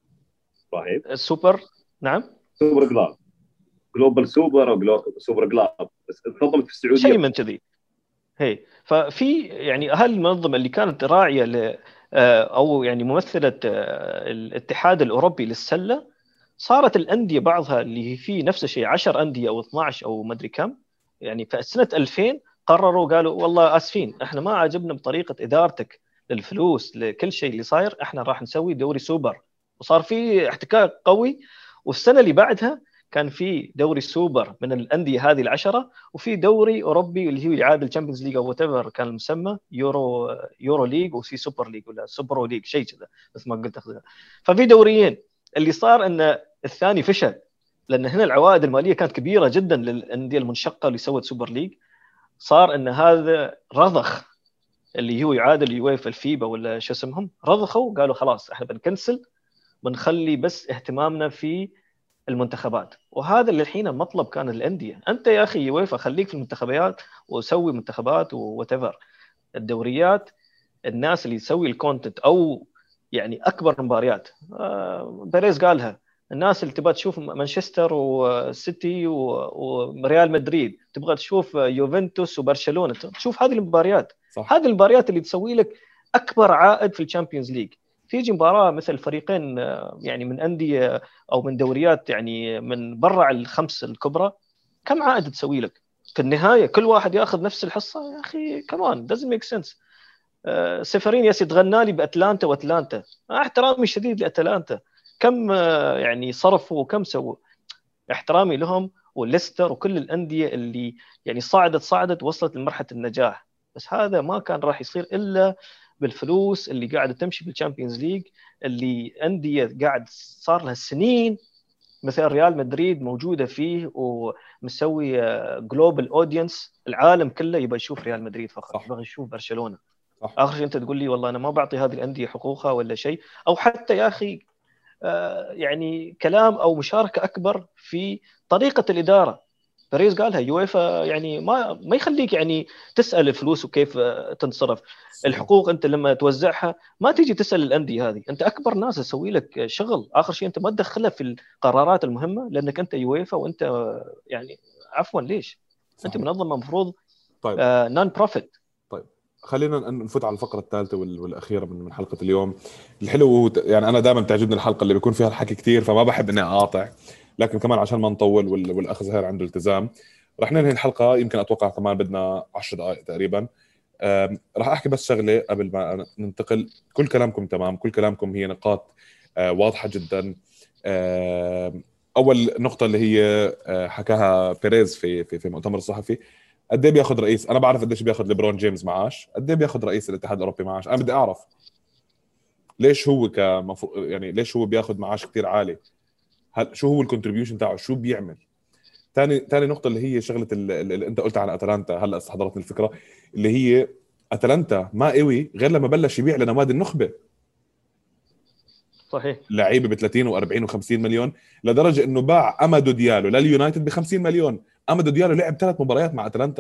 صحيح، السوبر، نعم، سوبر جلاب، جلوبال سوبر او سوبر جلاب، بس انتظمت في السعوديه شيء من كذي. هي ففي يعني هل المنظمه اللي كانت راعيه او يعني ممثله الاتحاد الاوروبي للسله، صارت الانديه بعضها اللي في نفس الشيء 10 انديه او 12 او ما ادري كم، يعني في سنه 2000 قرروا قالوا والله اسفين، احنا ما عجبنا بطريقه ادارتك للفلوس لكل شيء اللي صاير، احنا راح نسوي دوري سوبر. وصار في احتكاك قوي. والسنه اللي بعدها كان في دوري سوبر من الانديه هذه العشره، وفي دوري اوروبي اللي هو يعادل الشامبيونز ليج او وات ايفر كان المسمى، يورو ليج، وفي سوبر ليج ولا سوبرو ليج شيء كذا مثل ما قلت اخذها. ففي دوريين. اللي صار ان الثاني فشل، لان هنا العوائد الماليه كانت كبيره جدا للانديه المنشقه اللي سوت سوبر ليج. صار ان هذا رضخ، اللي هو يعادل يويفا الفيبا ولا شو اسمهم، رضخوا قالوا خلاص احنا بنكنسل، بنخلي بس اهتمامنا في المنتخبات. وهذا اللي الحين المطلب كان الانديه، انت يا اخي يويفا خليك في المنتخبات وسوي منتخبات ووات ايفر. الدوريات، الناس اللي تسوي الكونتنت او يعني اكبر مباريات، بيريز قالها، الناس اللي تبغى تشوف مانشستر وسيتي وريال مدريد، تبغى تشوف يوفنتوس وبرشلونه، تشوف هذه المباريات. صح. هذه المباريات اللي تسوي لك اكبر عائد في الشامبيونز ليج. تيجي مباراه مثل فريقين يعني من انديه او من دوريات يعني من برا الخمس الكبرى، كم عائد تسوي لك في النهايه؟ كل واحد ياخذ نفس الحصه. يا اخي كمان doesn't make sense. سفرين ياسي تغنى لي باتلانتا، واتلانتا مع احترامي شديد لاتلانتا كم يعني صرفوا وكم سووا، احترامي لهم، وليستر وكل الانديه اللي يعني صعدت وصلت لمرحله النجاح. بس هذا ما كان راح يصير الا بالفلوس اللي قاعده تمشي بالشامبيونز ليج، اللي انديه قاعد صار لها سنين مثل ريال مدريد موجوده فيه ومسوي جلوبال اودينس، العالم كله يبغى يشوف ريال مدريد فقط، يبغى يشوف برشلونه. صح. اخر شيء انت تقول لي والله انا ما بعطي هذه الانديه حقوقها ولا شيء، او حتى يا اخي يعني كلام او مشاركه اكبر في طريقه الاداره. باريس قالها يويفا، يعني ما يخليك يعني تسال الفلوس وكيف تنصرف. صحيح. الحقوق انت لما توزعها ما تيجي تسال الانديه هذه، انت اكبر ناس تسوي لك شغل، اخر شيء انت ما تدخلها في القرارات المهمه لانك انت يويفا، وانت يعني عفوا ليش صحيح. انت منظمه مفروض طيب نون بروفيت. طيب خلينا نفوت على الفقرة الثالثة والأخيرة من حلقة اليوم. الحلو هو يعني أنا دائما تعجبني الحلقة اللي بيكون فيها الحكي كتير، فما بحب إني أقاطع، لكن كمان عشان ما نطول والأخ زهير عنده التزام رح ننهي الحلقة. يمكن أتوقع كمان بدنا 10 دقائق تقريبا. رح أحكي بس شغلة قبل ما ننتقل. كل كلامكم تمام، كل كلامكم هي نقاط واضحة جدا. أول نقطة اللي هي حكاها بيريز في مؤتمر الصحفي، قد ايه بياخذ رئيس، انا بعرف قديش بياخذ ليبرون جيمس معاش، قد ايه بياخذ رئيس الاتحاد الاوروبي معاش. انا بدي اعرف ليش هو يعني ليش هو بياخذ معاش كتير عالي، شو هو الكونتريبيوشن تاعه، شو بيعمل. ثاني نقطه اللي هي شغله اللي انت قلتها عن اتلانتا، هلا استحضرتني الفكره، اللي هي اتلانتا ما قوي غير لما بلش يبيع لنوادي النخبه صحيح. لعيبه ب 30 و40 و50 مليون، لدرجه انه باع امادو ديالو لليونايتد ب 50 مليون. امادو ديالو لعب 3 مباريات مع اتلانتا،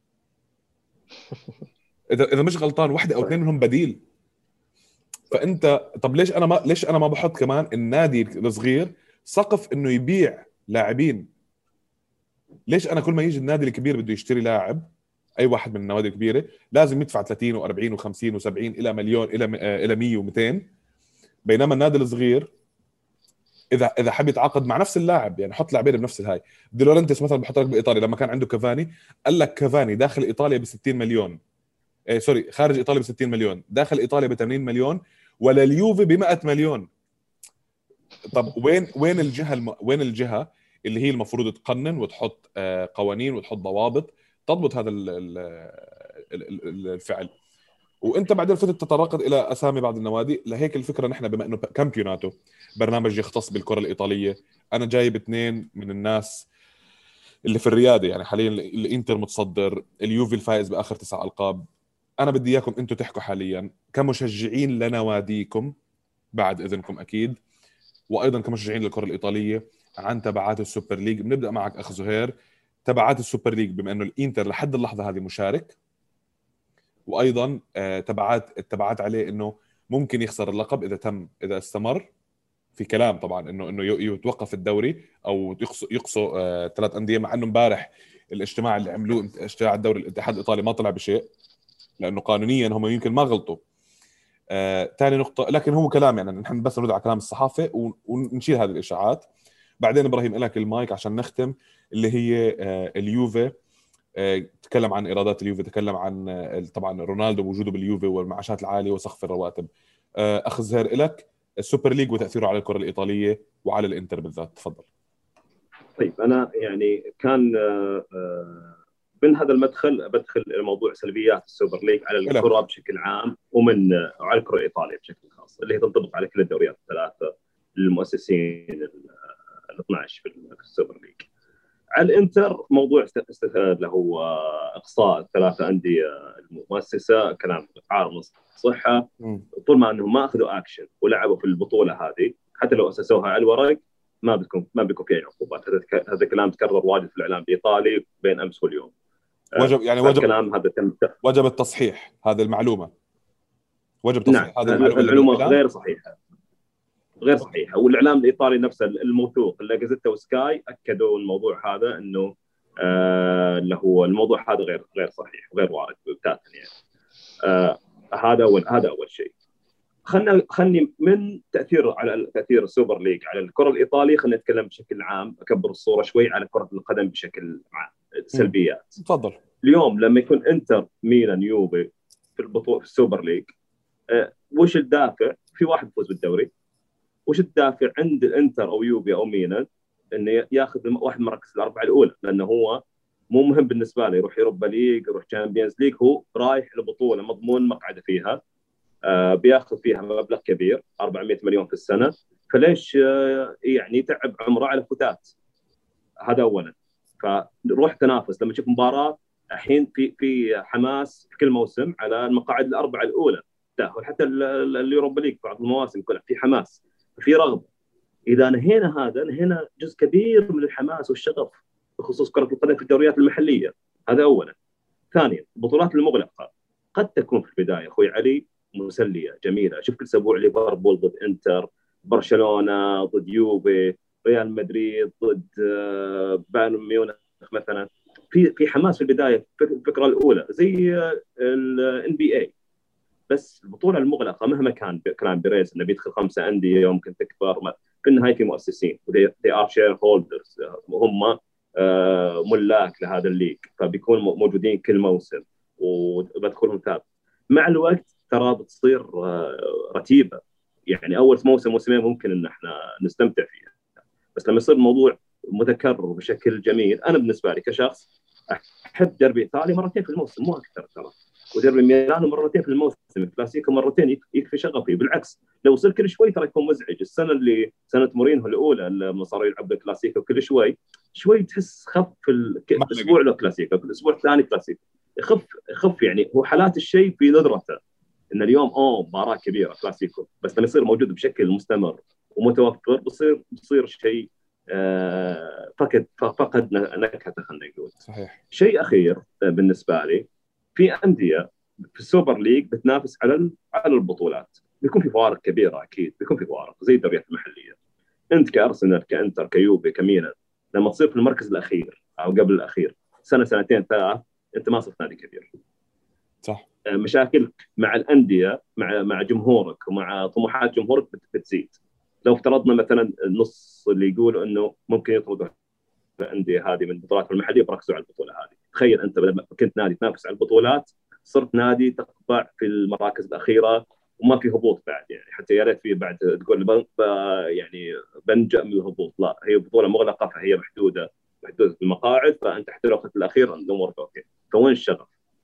اذا مش غلطان واحده او اثنين منهم بديل. فانت طب ليش انا ما بحط كمان النادي الصغير سقف انه يبيع لاعبين؟ ليش انا كل ما يجي النادي الكبير بده يشتري لاعب، اي واحد من النوادي الكبيره لازم يدفع 30 و40 و50 و70 الى مليون الى 100 و200، بينما النادي الصغير اذا حب يتعاقد مع نفس اللاعب، يعني حط لاعبين بنفس الهاي. دي لورنتس مثلا بحط لك بايطاليا لما كان عنده كافاني، قال لك كافاني داخل ايطاليا ب 60 مليون، سوري خارج ايطاليا ب 60 مليون، داخل ايطاليا ب 80 مليون، ولا اليوفي ب 100 مليون. طب وين الجهه اللي هي المفروض تقنن وتحط قوانين وتحط ضوابط تضبط هذا الفعل؟ وانت بعدين فتت تطرقت الى اسامي بعض النوادي. لهيك الفكره نحن بما انه كامبيوناتو برنامج يختص بالكره الايطاليه، انا جايب اثنين من الناس اللي في الرياده. يعني حاليا الانتر متصدر، اليوفي الفائز باخر 9 القاب. انا بدي اياكم انتم تحكوا حاليا كمشجعين لنواديكم بعد اذنكم اكيد، وايضا كمشجعين للكره الايطاليه، عن تبعات السوبر ليج. بنبدا معك اخ زهير، تبعات السوبر ليج بما انه الانتر لحد اللحظه هذه مشارك، وايضا التبعات عليه انه ممكن يخسر اللقب اذا استمر. في كلام طبعا انه يتوقف الدوري او يقصوا 3 انديه، مع انه امبارح الاجتماع اللي عملوه اجتماع الدوري الاتحاد الايطالي ما طلع بشيء، لانه قانونيا هم يمكن ما غلطوا. ثاني نقطة، لكن هو كلام يعني نحن بس نرد على كلام الصحافة ونشيل هذه الإشاعات. بعدين إبراهيم لك المايك عشان نختم، اللي هي اليوفي. تكلم عن إيرادات اليوفي، تكلم عن طبعا رونالدو وجوده باليوفي والمعاشات العالية وسقف الرواتب. أخ زهير لك السوبر ليج وتأثيره على الكرة الإيطالية وعلى الإنتر بالذات، تفضل. طيب أنا يعني كان من هذا المدخل بدخل إلى موضوع سلبيات السوبر ليج على الكرة بشكل عام، ومن على الكرة الإيطالية بشكل خاص، اللي هي تنطبق على كل الدوريات الثلاثة للمؤسسين ال 12 في السوبر ليج. على الانتر موضوع اللي هو اقصاء ال3 انديه المؤسسه، كلام عار صحه. طول ما انهم ما اخذوا اكشن ولعبوا في البطوله هذه، حتى لو اسسوها على الورق ما بيكون في عقوبات. هذا الكلام تكرر واجد في الاعلام الايطالي بين امس واليوم. وجب التصحيح هذه المعلومه، وجب تصحيح نعم. هذه المعلومه غير صحيحه، والاعلام الايطالي نفسه الموثوق اللي جازيتا وسكاي اكدوا الموضوع هذا، انه اللي هو الموضوع هذا غير صحيح وغير وارد بتاتا يعني. هذا اول شيء. خلني من تاثير السوبر ليج على الكره الايطاليه، خلينا نتكلم بشكل عام، اكبر الصوره شوي على كره القدم بشكل عام. سلبيات تفضل. اليوم لما يكون انتر ميلان يوفي في البطوله في السوبر ليج، وش الدافع؟ في واحد يفوز بالدوري، وش الدافع عند الانتر او يوفي او ميلان انه ياخذ واحد من المراكز الاربعه الاولى؟ لانه هو مو مهم بالنسبه له يروح يوروبا ليج، يروح تشامبيونز ليج، هو رايح لبطوله مضمون مقعده فيها، بياخذ فيها مبلغ كبير 400 مليون في السنه، فليش يعني تعب عمره على فتات؟ هذا اولا. فنروح تنافس لما تشوف مباراه الحين في حماس في كل موسم على المقاعد الاربعه الاولى، تاهل حتى اليوروبا ليج بعض المواسم كلها في حماس، في رغبه. اذا نهينا هذا نهينا جزء كبير من الحماس والشغف بخصوص كره القدم في الدوريات المحليه. هذا اولا. ثانيا، البطولات المغلقه قد تكون في البدايه اخوي علي مسليه جميله، شوف كل اسبوع ليفربول ضد انتر، برشلونه ضد يوفي، ريال مدريد ضد بايرن ميونخ مثلا، في حماس في البدايه في الفكره الاولى زي الان بي اي. بس البطوله المغلقه مهما كان كلام بيريز انه بيدخل 5 انديه وممكن تكبر، في النهايه في مؤسسين they are shareholders، هم ملاك لهذا الليج، فبيكون موجودين كل موسم وبدخلهم ثابت. مع الوقت ترى بتصير رتيبه، يعني اول موسم موسمين ممكن ان احنا نستمتع فيها، بس لما يصير الموضوع متكرر بشكل جميل. انا بالنسبه لي كشخص احب ديربي ايطالي مرتين في الموسم مو اكثر ترى، وديربي ميلانو مرتين في الموسم، الكلاسيكو مرتين يكفي شغفي. بالعكس لو صار كل شوي ترى يكون مزعج. السنه اللي سنه مورينهو الاولى لما صاروا يلعبوا الكلاسيكو كل شوي تحس خف اسبوع له كلاسيكو، كل اسبوع ثاني كلاسيكو، يخف يعني. هو حالات الشيء في ندرته، ان اليوم مباراه كبيره كلاسيكو، بس لما يصير موجود بشكل مستمر ومتوفر بصير شيء فقد نكهته خلينا نقول. صحيح. شيء اخير بالنسبه لي، في انديه في السوبر ليج بتنافس على البطولات، بيكون في فوارق كبيره، اكيد بيكون في فوارق زي الدوريات المحليه. انت كارسنال كانتر كيوبي كميلان لما تصير في المركز الاخير او قبل الاخير سنه سنتين ثلاث، انت ما صرت نادي كبير. صح. مشاكلك مع الانديه مع جمهورك ومع طموحات جمهورك بتزيد. لو افترضنا مثلا النص اللي يقولوا انه ممكن يطردوا الانديه هذه من البطولات المحليه بركزوا على البطوله هذه، تخيل انت لما كنت نادي تنافس على البطولات صرت نادي تقبع في المراكز الاخيره وما في هبوط بعد، يعني حتى يا ريت في بعد تقول يعني بنجأ من الهبوط، لا هي بطوله مغلقه فهي محدوده المقاعد، فانت حتى لو اخذت الاخير الامور اوكي، فوين الشغف؟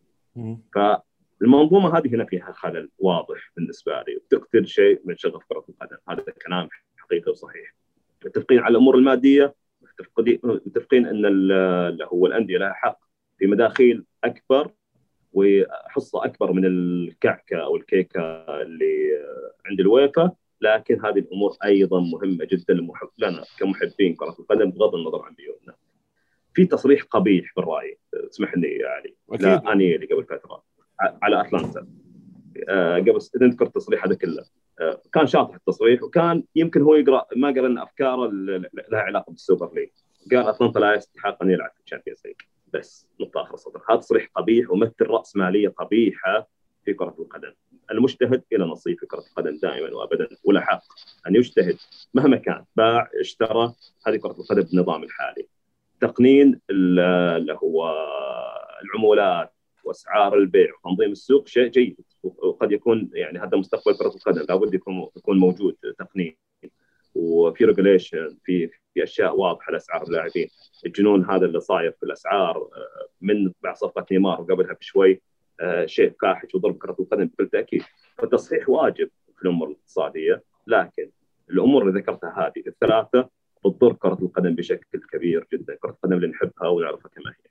فالمنظومه هذه هنا فيها خلل واضح بالنسبه لي، وتقتل شيء من شغف كره القدم. هذا كلام حقيقي وصحيح. متفقين على الامور الماديه، متفقين ان اللي هو الانديه لها حق في مداخيل اكبر وحصه اكبر من الكعكه او الكيكه اللي عند الويفا، لكن هذه الامور ايضا مهمه جدا لنا كمحبين كره القدم بغض النظر عن ميولنا. في تصريح قبيح بالراي، اسمح لي يا علي، لا اني اللي قبل فتره على اتلانتا، قبل نذكر التصريح هذا كله، كان شاطح التصريح، وكان يمكن هو ما قرا ان افكاره لها علاقه بالسوبر ليج. قال اتلانتا لا يستحق ان يلعب في الشامبيونز ليج، بس نقطه اخر سطر. هذا تصريح قبيح ومثل راسماليه قبيحه في كره القدم. المجتهد الى نصيب في كره القدم دائما وابدا، ولا حق ان يجتهد مهما كان، باع اشترى، هذه كره القدم بالنظام الحالي. تقنين اللي هو العمولات واسعار البيع وتنظيم السوق شيء جيد، وقد يكون يعني هذا مستقبل كره القدم، لابد يكون موجود تقنين وفي ريجوليشن، في اشياء واضحه لاسعار اللاعبين. الجنون هذا اللي صاير في الاسعار من بعد صفقه نيمار وقبلها بشوي شيء فاحش وضرب كره القدم بكل تاكيد. فالتصحيح واجب في الامور الاقتصاديه، لكن الامور اللي ذكرتها هذه الثلاثه بتضر كره القدم بشكل كبير جدا، كره القدم اللي نحبها ونعرفها كما هي.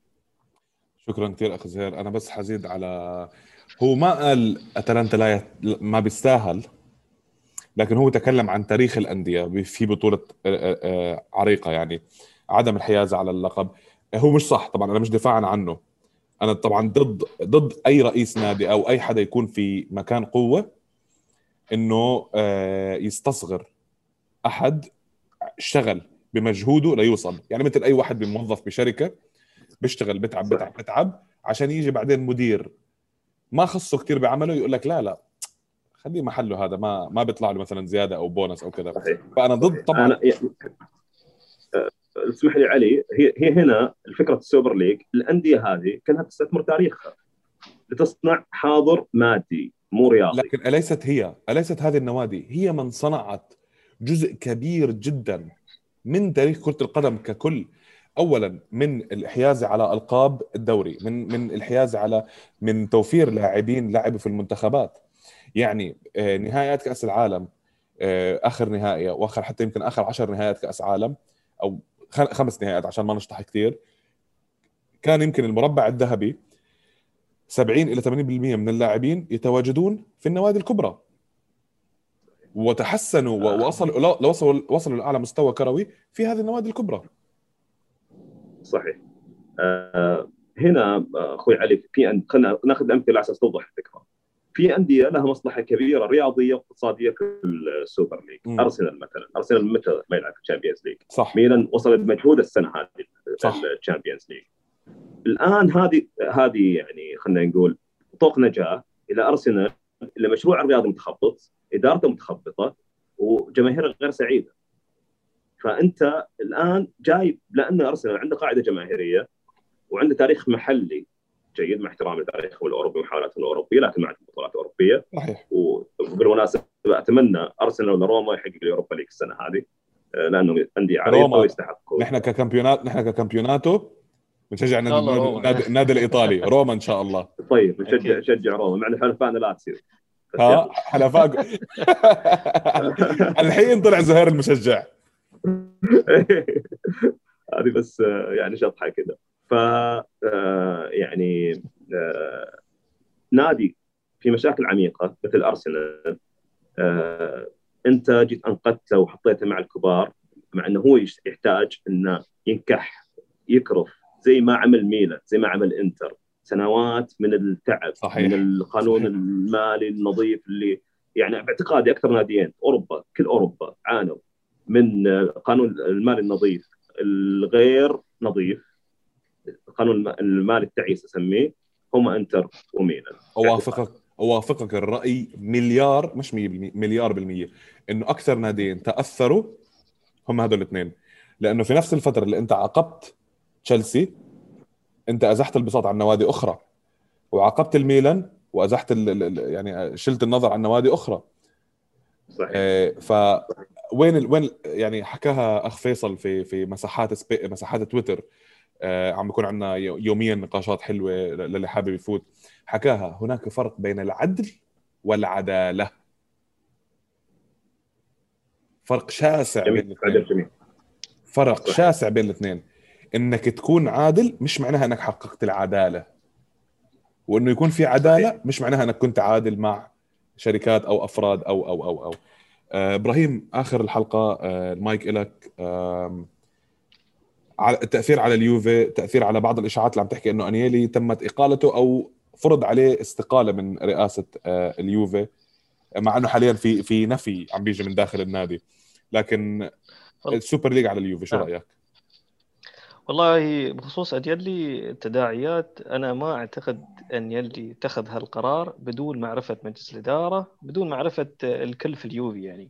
شكرا كثير اخ زهير. انا بس حزيد على، هو ما قال اتلانتا ما بيستاهل، لكن هو تكلم عن تاريخ الأندية في بطولة عريقة، يعني عدم الحيازة على اللقب. هو مش صح طبعا، أنا مش دفاعا عنه، أنا طبعا ضد أي رئيس نادي أو أي حدا يكون في مكان قوة إنه يستصغر أحد اشتغل بمجهوده ليوصل. يعني مثل أي واحد بموظف بشركة بيشتغل بتعب عشان يجي بعدين مدير ما خصه كتير بعمله يقول لك لا خليه محله، هذا ما بيطلع له مثلا زياده او بونص او كذا. فانا ضد طبعا. اسمح لي علي، هي هنا الفكره السوبر ليج، الانديه هذه كانها تستثمر تاريخها لتصنع حاضر مادي مو رياضي. لكن اليست هذه النوادي هي من صنعت جزء كبير جدا من تاريخ كرة القدم ككل. اولا من الحيازه على القاب الدوري، من الحيازه على من توفير لاعبين لعبوا في المنتخبات، يعني نهائيات كأس العالم، آخر نهائي واخر حتى يمكن آخر 10 نهائيات كأس عالم أو 5 نهائيات عشان ما نشطح كثير، كان يمكن المربع الذهبي 70 إلى 80% من اللاعبين يتواجدون في النوادي الكبرى، وتحسنوا وصلوا لأعلى مستوى كروي في هذه النوادي الكبرى. صحيح. هنا اخوي علي، خلينا ناخذ امثله على اساس توضح الفكره. في انديه لها مصلحه كبيره رياضيه واقتصاديه في السوبر ليج. ارسنال مثلا، ارسنال متى ما يلعب في الشامبيونز ليج؟ صح. ميلان وصل بمجهود السنه هذه الشامبيونز ليج. الان هذه يعني خلينا نقول طوق نجاه الى ارسنال، الى مشروع الرياضي متخبط، ادارته متخبطه، وجماهيره غير سعيده. فانت الان جاي لان ارسنال عنده قاعده جماهيريه وعنده تاريخ محلي جيد، مع احترام التاريخ الاوروبي ومحاولاته الاوروبيه، لكن ما عنده بطولات اوروبيه. صحيح. وبالمناسبه اتمنى ارسنال وروما يحقق اليوروبا ليج السنه هذه، لانه انديه عريقه ويستحقوا. نحن ككامبيوناتو بنشجع النادي الايطالي روما ان شاء الله. طيب نشجع روما مع حلفائنا لاتسيو. حلفاء الحين طلع زهير المشجع. هذه بس يعني شطحه كذا. ف يعني نادي في مشاكل عميقه مثل ارسنال، انت جيت انقذته وحطيته مع الكبار، مع انه هو يحتاج انه ينكح يكرف زي ما عمل ميلان، زي ما عمل انتر، سنوات من التعب. صحيح. من القانون صحيح. المالي النظيف اللي يعني باعتقادي اكثر ناديين اوروبا، كل اوروبا عانوا من قانون المالي النظيف الغير نظيف، قانون المالي التعيس اسميه، هم انتر وميلان. اوافقك الراي مليار، مش 100%، مليار بالمية، انه اكثر ناديين تاثروا هم هذول الاثنين. لانه في نفس الفتره اللي انت عاقبت تشيلسي، انت ازحت البساط عن نوادي اخرى، وعاقبت الميلان وازحت يعني شلت النظر عن نوادي اخرى. صحيح. وين يعني حكاها اخ فيصل في مساحات تويتر، عم بيكون عندنا يوميا نقاشات حلوه للي حابب يفوت. حكاها هناك فرق بين العدل والعداله، فرق شاسع بين الاثنين. فرق شاسع بين الاثنين. انك تكون عادل مش معناها انك حققت العداله، وانه يكون في عداله مش معناها انك كنت عادل مع شركات او افراد او ابراهيم، اخر الحلقه المايك لك. التاثير على اليوفي، تاثير على بعض الاشاعات اللي عم تحكي انه انيلي تمت اقالته او فرض عليه استقاله من رئاسه اليوفي، مع انه حاليا في نفي عم بيجي من داخل النادي. لكن السوبر ليج على اليوفي شو رايك؟ والله بخصوص أنيلي التداعيات، أنا ما أعتقد أن يلي اتخذ هالقرار بدون معرفة مجلس الإدارة، بدون معرفة الكل في اليوفي يعني.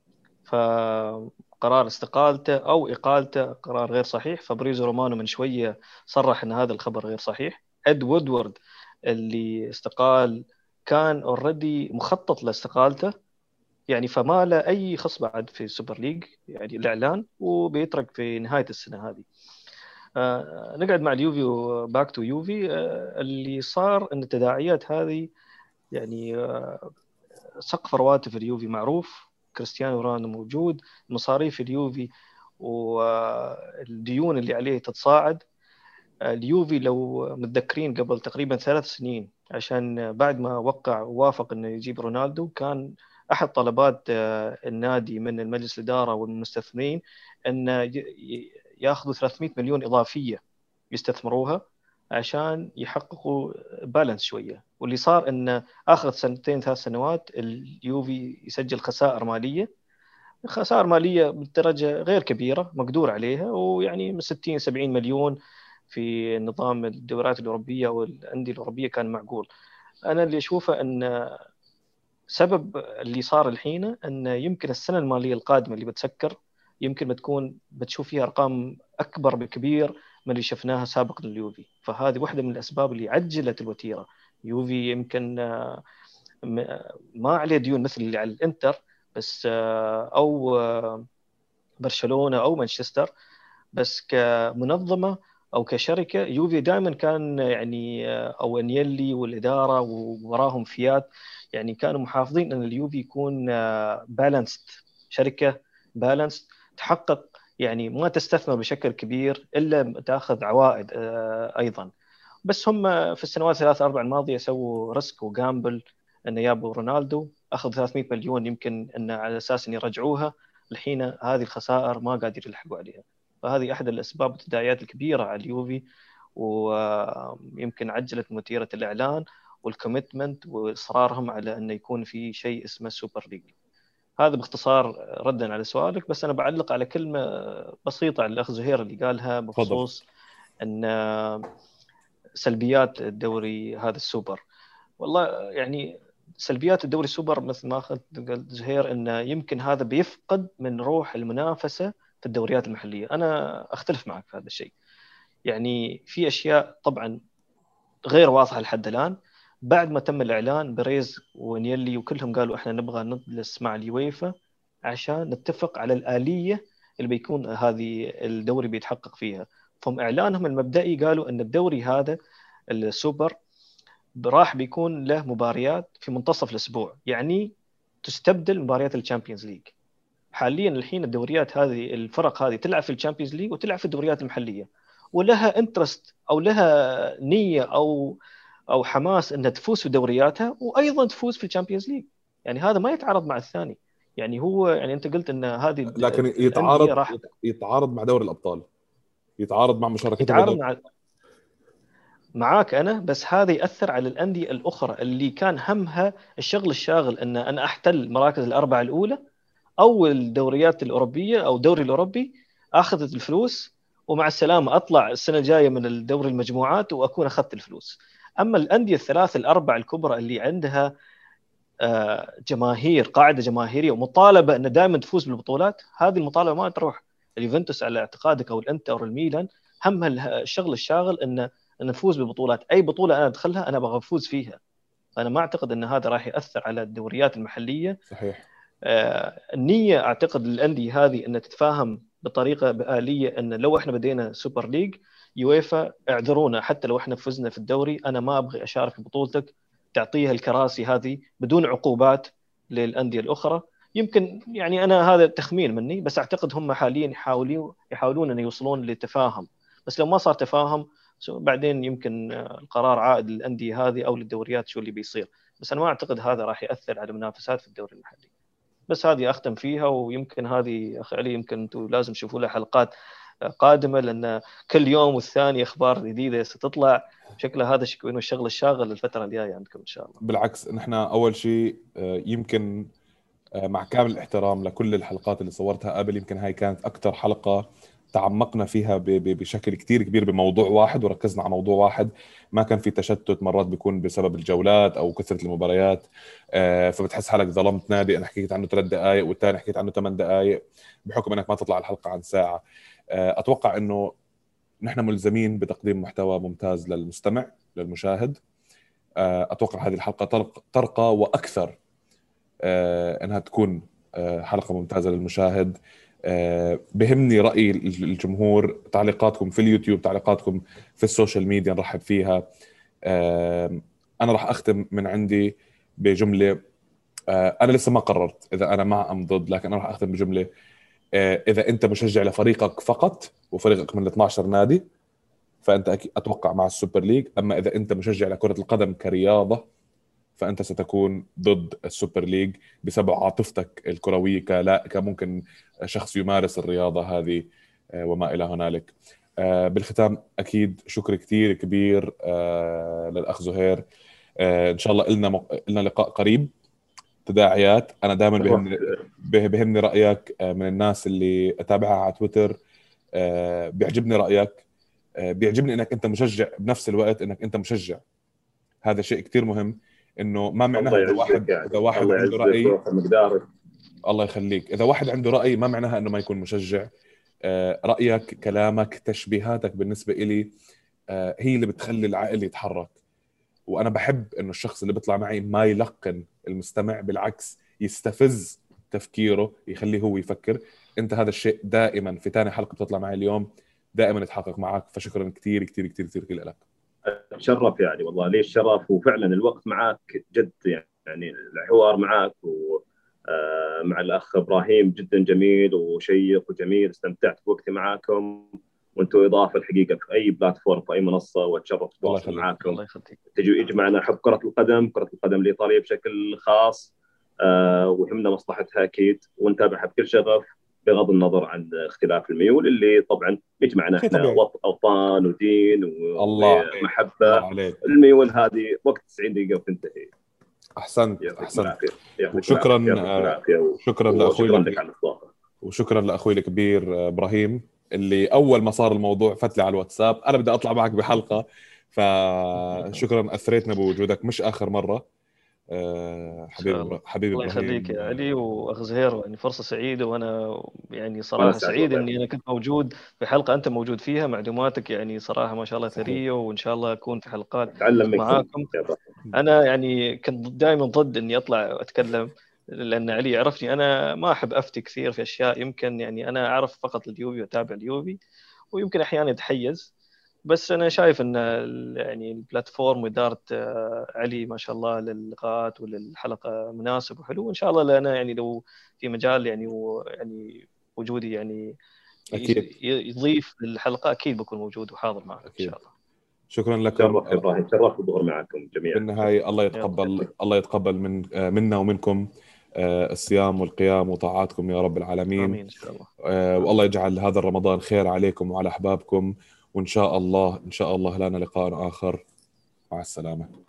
فقرار استقالته أو إقالته قرار غير صحيح. فابريزو رومانو من شوية صرح أن هذا الخبر غير صحيح. إد وودورد اللي استقال كان اوريدي مخطط لاستقالته يعني، فما له أي خص بعد في السوبر ليج يعني الإعلان، وبيترك في نهاية السنة هذه. نقعد مع اليوفي وباك تو يوفي. اللي صار ان التداعيات هذه يعني سقف رواتب اليوفي معروف، كريستيانو رونالدو موجود، مصاريف اليوفي والديون اللي عليه تتصاعد. اليوفي لو متذكرين قبل تقريبا 3 سنين، عشان بعد ما وافق انه يجيب رونالدو، كان احد طلبات النادي من المجلس الاداره والمستثمرين انه ياخذوا 300 مليون اضافيه يستثمروها عشان يحققوا بالانس شويه. واللي صار ان اخر 2-3 سنوات اليوفي يسجل خسائر ماليه بدرجه غير كبيره مقدور عليها، ويعني من 60-70 مليون في نظام الدوريات الاوروبيه والانديه الاوروبيه كان معقول. انا اللي اشوفه ان سبب اللي صار الحين ان يمكن السنه الماليه القادمه اللي بتسكر يمكن بتشوف فيها ارقام اكبر بكبير من اللي شفناها سابقا لليوفي. فهذه واحده من الاسباب اللي عجلت الوتيره. يوفي يمكن ما عليه ديون مثل اللي على الانتر بس، او برشلونه او مانشستر، بس كمنظمه او كشركه، يوفي دائما كان يعني او انيلي والاداره ووراهم فيات، يعني كانوا محافظين ان اليوفي يكون بالانسد، شركه بالانسد تحقق، يعني ما تستثمر بشكل كبير الا تاخذ عوائد ايضا. بس هم في السنوات 3 4 الماضيه سووا ريسك وجامبل، انه جابوا رونالدو اخذ 300 مليون، يمكن انه على اساس ان يرجعوها. الحين هذه الخسائر ما قادر يلحقوا عليها، فهذه احد الاسباب والتداعيات الكبيره على اليوفي، ويمكن عجلت وتيره الاعلان والكوميتمنت واصرارهم على انه يكون في شيء اسمه السوبر ليج. هذا باختصار ردا على سؤالك، بس انا بعلق على كلمه بسيطه على الاخ زهير اللي قالها بخصوص ان سلبيات الدوري هذا السوبر. والله يعني سلبيات الدوري السوبر مثل ما قال زهير انه يمكن هذا بيفقد من روح المنافسه في الدوريات المحليه. انا اختلف معك في هذا الشيء. يعني في اشياء طبعا غير واضحه لحد الان. بعد ما تم الاعلان بريز ونيلي وكلهم قالوا احنا نبغى نجلس مع اليويفا عشان نتفق على الآلية اللي بيكون هذه الدوري بيتحقق فيها. فهم اعلانهم المبدئي قالوا ان الدوري هذا السوبر راح بيكون له مباريات في منتصف الاسبوع، يعني تستبدل مباريات الشامبيونز ليج. حاليا الحين الدوريات هذه، الفرق هذه تلعب في الشامبيونز ليج وتلعب في الدوريات المحليه، ولها انترست او لها نيه او حماس انها تفوز في دورياتها وايضا تفوز في الشامبيونز ليج. يعني هذا ما يتعارض مع الثاني. يعني هو يعني انت قلت ان هذه لكن الانديه راح يتعارض مع دوري الابطال، يتعارض مع مشاركتهم يتعارض معاك انا، بس هذا ياثر على الانديه الاخرى اللي كان همها الشغل الشاغل ان انا احتل المراكز الاربعه الاولى او الدوريات الاوروبيه او الدوري الاوروبي، اخذت الفلوس ومع السلامه اطلع السنه الجايه من الدوري المجموعات واكون اخذت الفلوس. اما الانديه الثلاث الاربع الكبرى اللي عندها جماهير، قاعده جماهيريه ومطالبه ان دائما تفوز بالبطولات، هذه المطالبه ما تروح. اليوفنتوس على اعتقادك او الانتر او الميلان همها الشغل الشاغل ان نفوز بالبطولات. اي بطوله انا ادخلها انا ابغى افوز فيها. انا ما اعتقد ان هذا راح ياثر على الدوريات المحليه. صحيح. النيه اعتقد للانديه هذه ان تتفاهم بطريقه بآليه، ان لو احنا بدينا سوبر ليج يويفا اعذرونا، حتى لو احنا فزنا في الدوري انا ما ابغى اشارك في بطولتك، تعطيها الكراسي هذه بدون عقوبات للانديه الاخرى. يمكن يعني انا هذا تخمين مني، بس اعتقد هم حاليا يحاولون ان يوصلون لتفاهم. بس لو ما صار تفاهم بعدين يمكن القرار عائد للانديه هذه او للدوريات شو اللي بيصير. بس انا ما اعتقد هذا راح ياثر على المنافسات في الدوري المحلي. بس هذه اختم فيها، ويمكن هذه اخي علي يمكن انتم لازم تشوفوا لها حلقات قادمه، لان كل يوم والثاني اخبار جديده ستطلع. شكله هذا شكله الشغل الشاغل الفتره الجايه عندكم ان شاء الله. بالعكس نحن اول شيء يمكن مع كامل الاحترام لكل الحلقات اللي صورتها قبل، يمكن هاي كانت اكثر حلقه تعمقنا فيها بشكل كتير كبير بموضوع واحد، وركزنا على موضوع واحد. ما كان في تشتت، مرات بيكون بسبب الجولات او كثره المباريات، فبتحس حالك ظلمت نادي انا حكيت عنه 3 دقائق والثاني حكيت عنه 8 دقائق بحكم انك ما تطلع الحلقه عن ساعه. اتوقع انه نحن ملزمين بتقديم محتوى ممتاز للمستمع للمشاهد. اتوقع هذه الحلقه ترقى واكثر انها تكون حلقه ممتازه للمشاهد. بهمني رأي الجمهور، تعليقاتكم في اليوتيوب، تعليقاتكم في السوشيال ميديا نرحب فيها. أنا راح أختم من عندي بجملة، أنا لسه ما قررت إذا أنا مع أم ضد، لكن أنا راح أختم بجملة: إذا أنت مشجع لفريقك فقط وفريقك من 12 نادي فأنت أتوقع مع السوبر ليج. أما إذا أنت مشجع لكرة القدم كرياضة فأنت ستكون ضد السوبر ليج بسبب عاطفتك الكروية كممكن شخص يمارس الرياضة هذه وما إلى هنالك. بالختام أكيد شكر كتير كبير للأخ زهير. إن شاء الله إلنا لقاء قريب. تداعيات. أنا دائما بهمني رأيك من الناس اللي أتابعها على تويتر. بيعجبني رأيك، بيعجبني إنك أنت مشجع بنفس الوقت إنك أنت مشجع. هذا شيء كتير مهم، انه ما معناها اذا واحد عنده راي. الله يخليك. اذا واحد عنده راي ما معناها انه ما يكون مشجع. رايك، كلامك، تشبيهاتك بالنسبه إلي هي اللي بتخلي العقل يتحرك. وانا بحب انه الشخص اللي بيطلع معي ما يلقن المستمع، بالعكس يستفز تفكيره، يخليه هو يفكر. انت هذا الشيء دائما في ثاني حلقه بتطلع معي اليوم دائما يتحقق معك. فشكرا كثير كثير كثير كثير لك. اتشرف يعني، والله لي الشرف، وفعلا الوقت معك جد يعني الحوار معك مع الأخ إبراهيم جدا جميل وشيق وجميل. استمتعت بوقتي معاكم، وانتم إضافة الحقيقة في أي بلاتفورم في أي منصة، وأتشرف بتواصل معاكم. الله يخليك. يجمعنا حب كرة القدم الإيطالية بشكل خاص، ويهمنا مصلحتها أكيد، ونتابعها بكل شغف بغض النظر عن اختلاف الميول اللي طبعا يجمعنا احنا أوطان ودين ومحبة. الميول هذه وقت 90 دقيقة وتنتهي. احسنت. وشكرا وشكرا لاخوي الكبير ابراهيم، اللي اول ما صار الموضوع فتلي على الواتساب، انا بدي اطلع معك بحلقه، فشكرا اثريتنا بوجودك، مش اخر مره. حبيبي الله يخليك يا علي واخ زهير، يعني فرصه سعيده، وانا يعني صراحه سعيد اني انا كنت موجود في حلقه انت موجود فيها. معلوماتك يعني صراحه ما شاء الله ثريه، وان شاء الله اكون في حلقات معاكم. انا يعني كنت دائما ضد اني اطلع اتكلم، لان علي يعرفني انا ما احب افتي كثير في اشياء، يمكن يعني انا اعرف فقط اليوبي واتابع اليوبي، ويمكن احيانا اتحيز. بس أنا شايف أن يعني البلاتفورم وإدارة علي ما شاء الله للقاءات وللحلقة مناسب وحلو، وإن شاء الله لنا يعني لو في مجال يعني وجودي يعني أكيد يضيف للحلقة أكيد بكون موجود وحاضر معك إن شاء الله. شكرا لكم. شرف إبراهيم، شرف الظهور معكم جميعا. في النهاية الله يتقبل منا ومنكم الصيام والقيام وطاعاتكم يا رب العالمين. آمين إن شاء الله. والله يجعل هذا رمضان خير عليكم وعلى أحبابكم، وإن شاء الله لنا لقاء آخر. مع السلامة.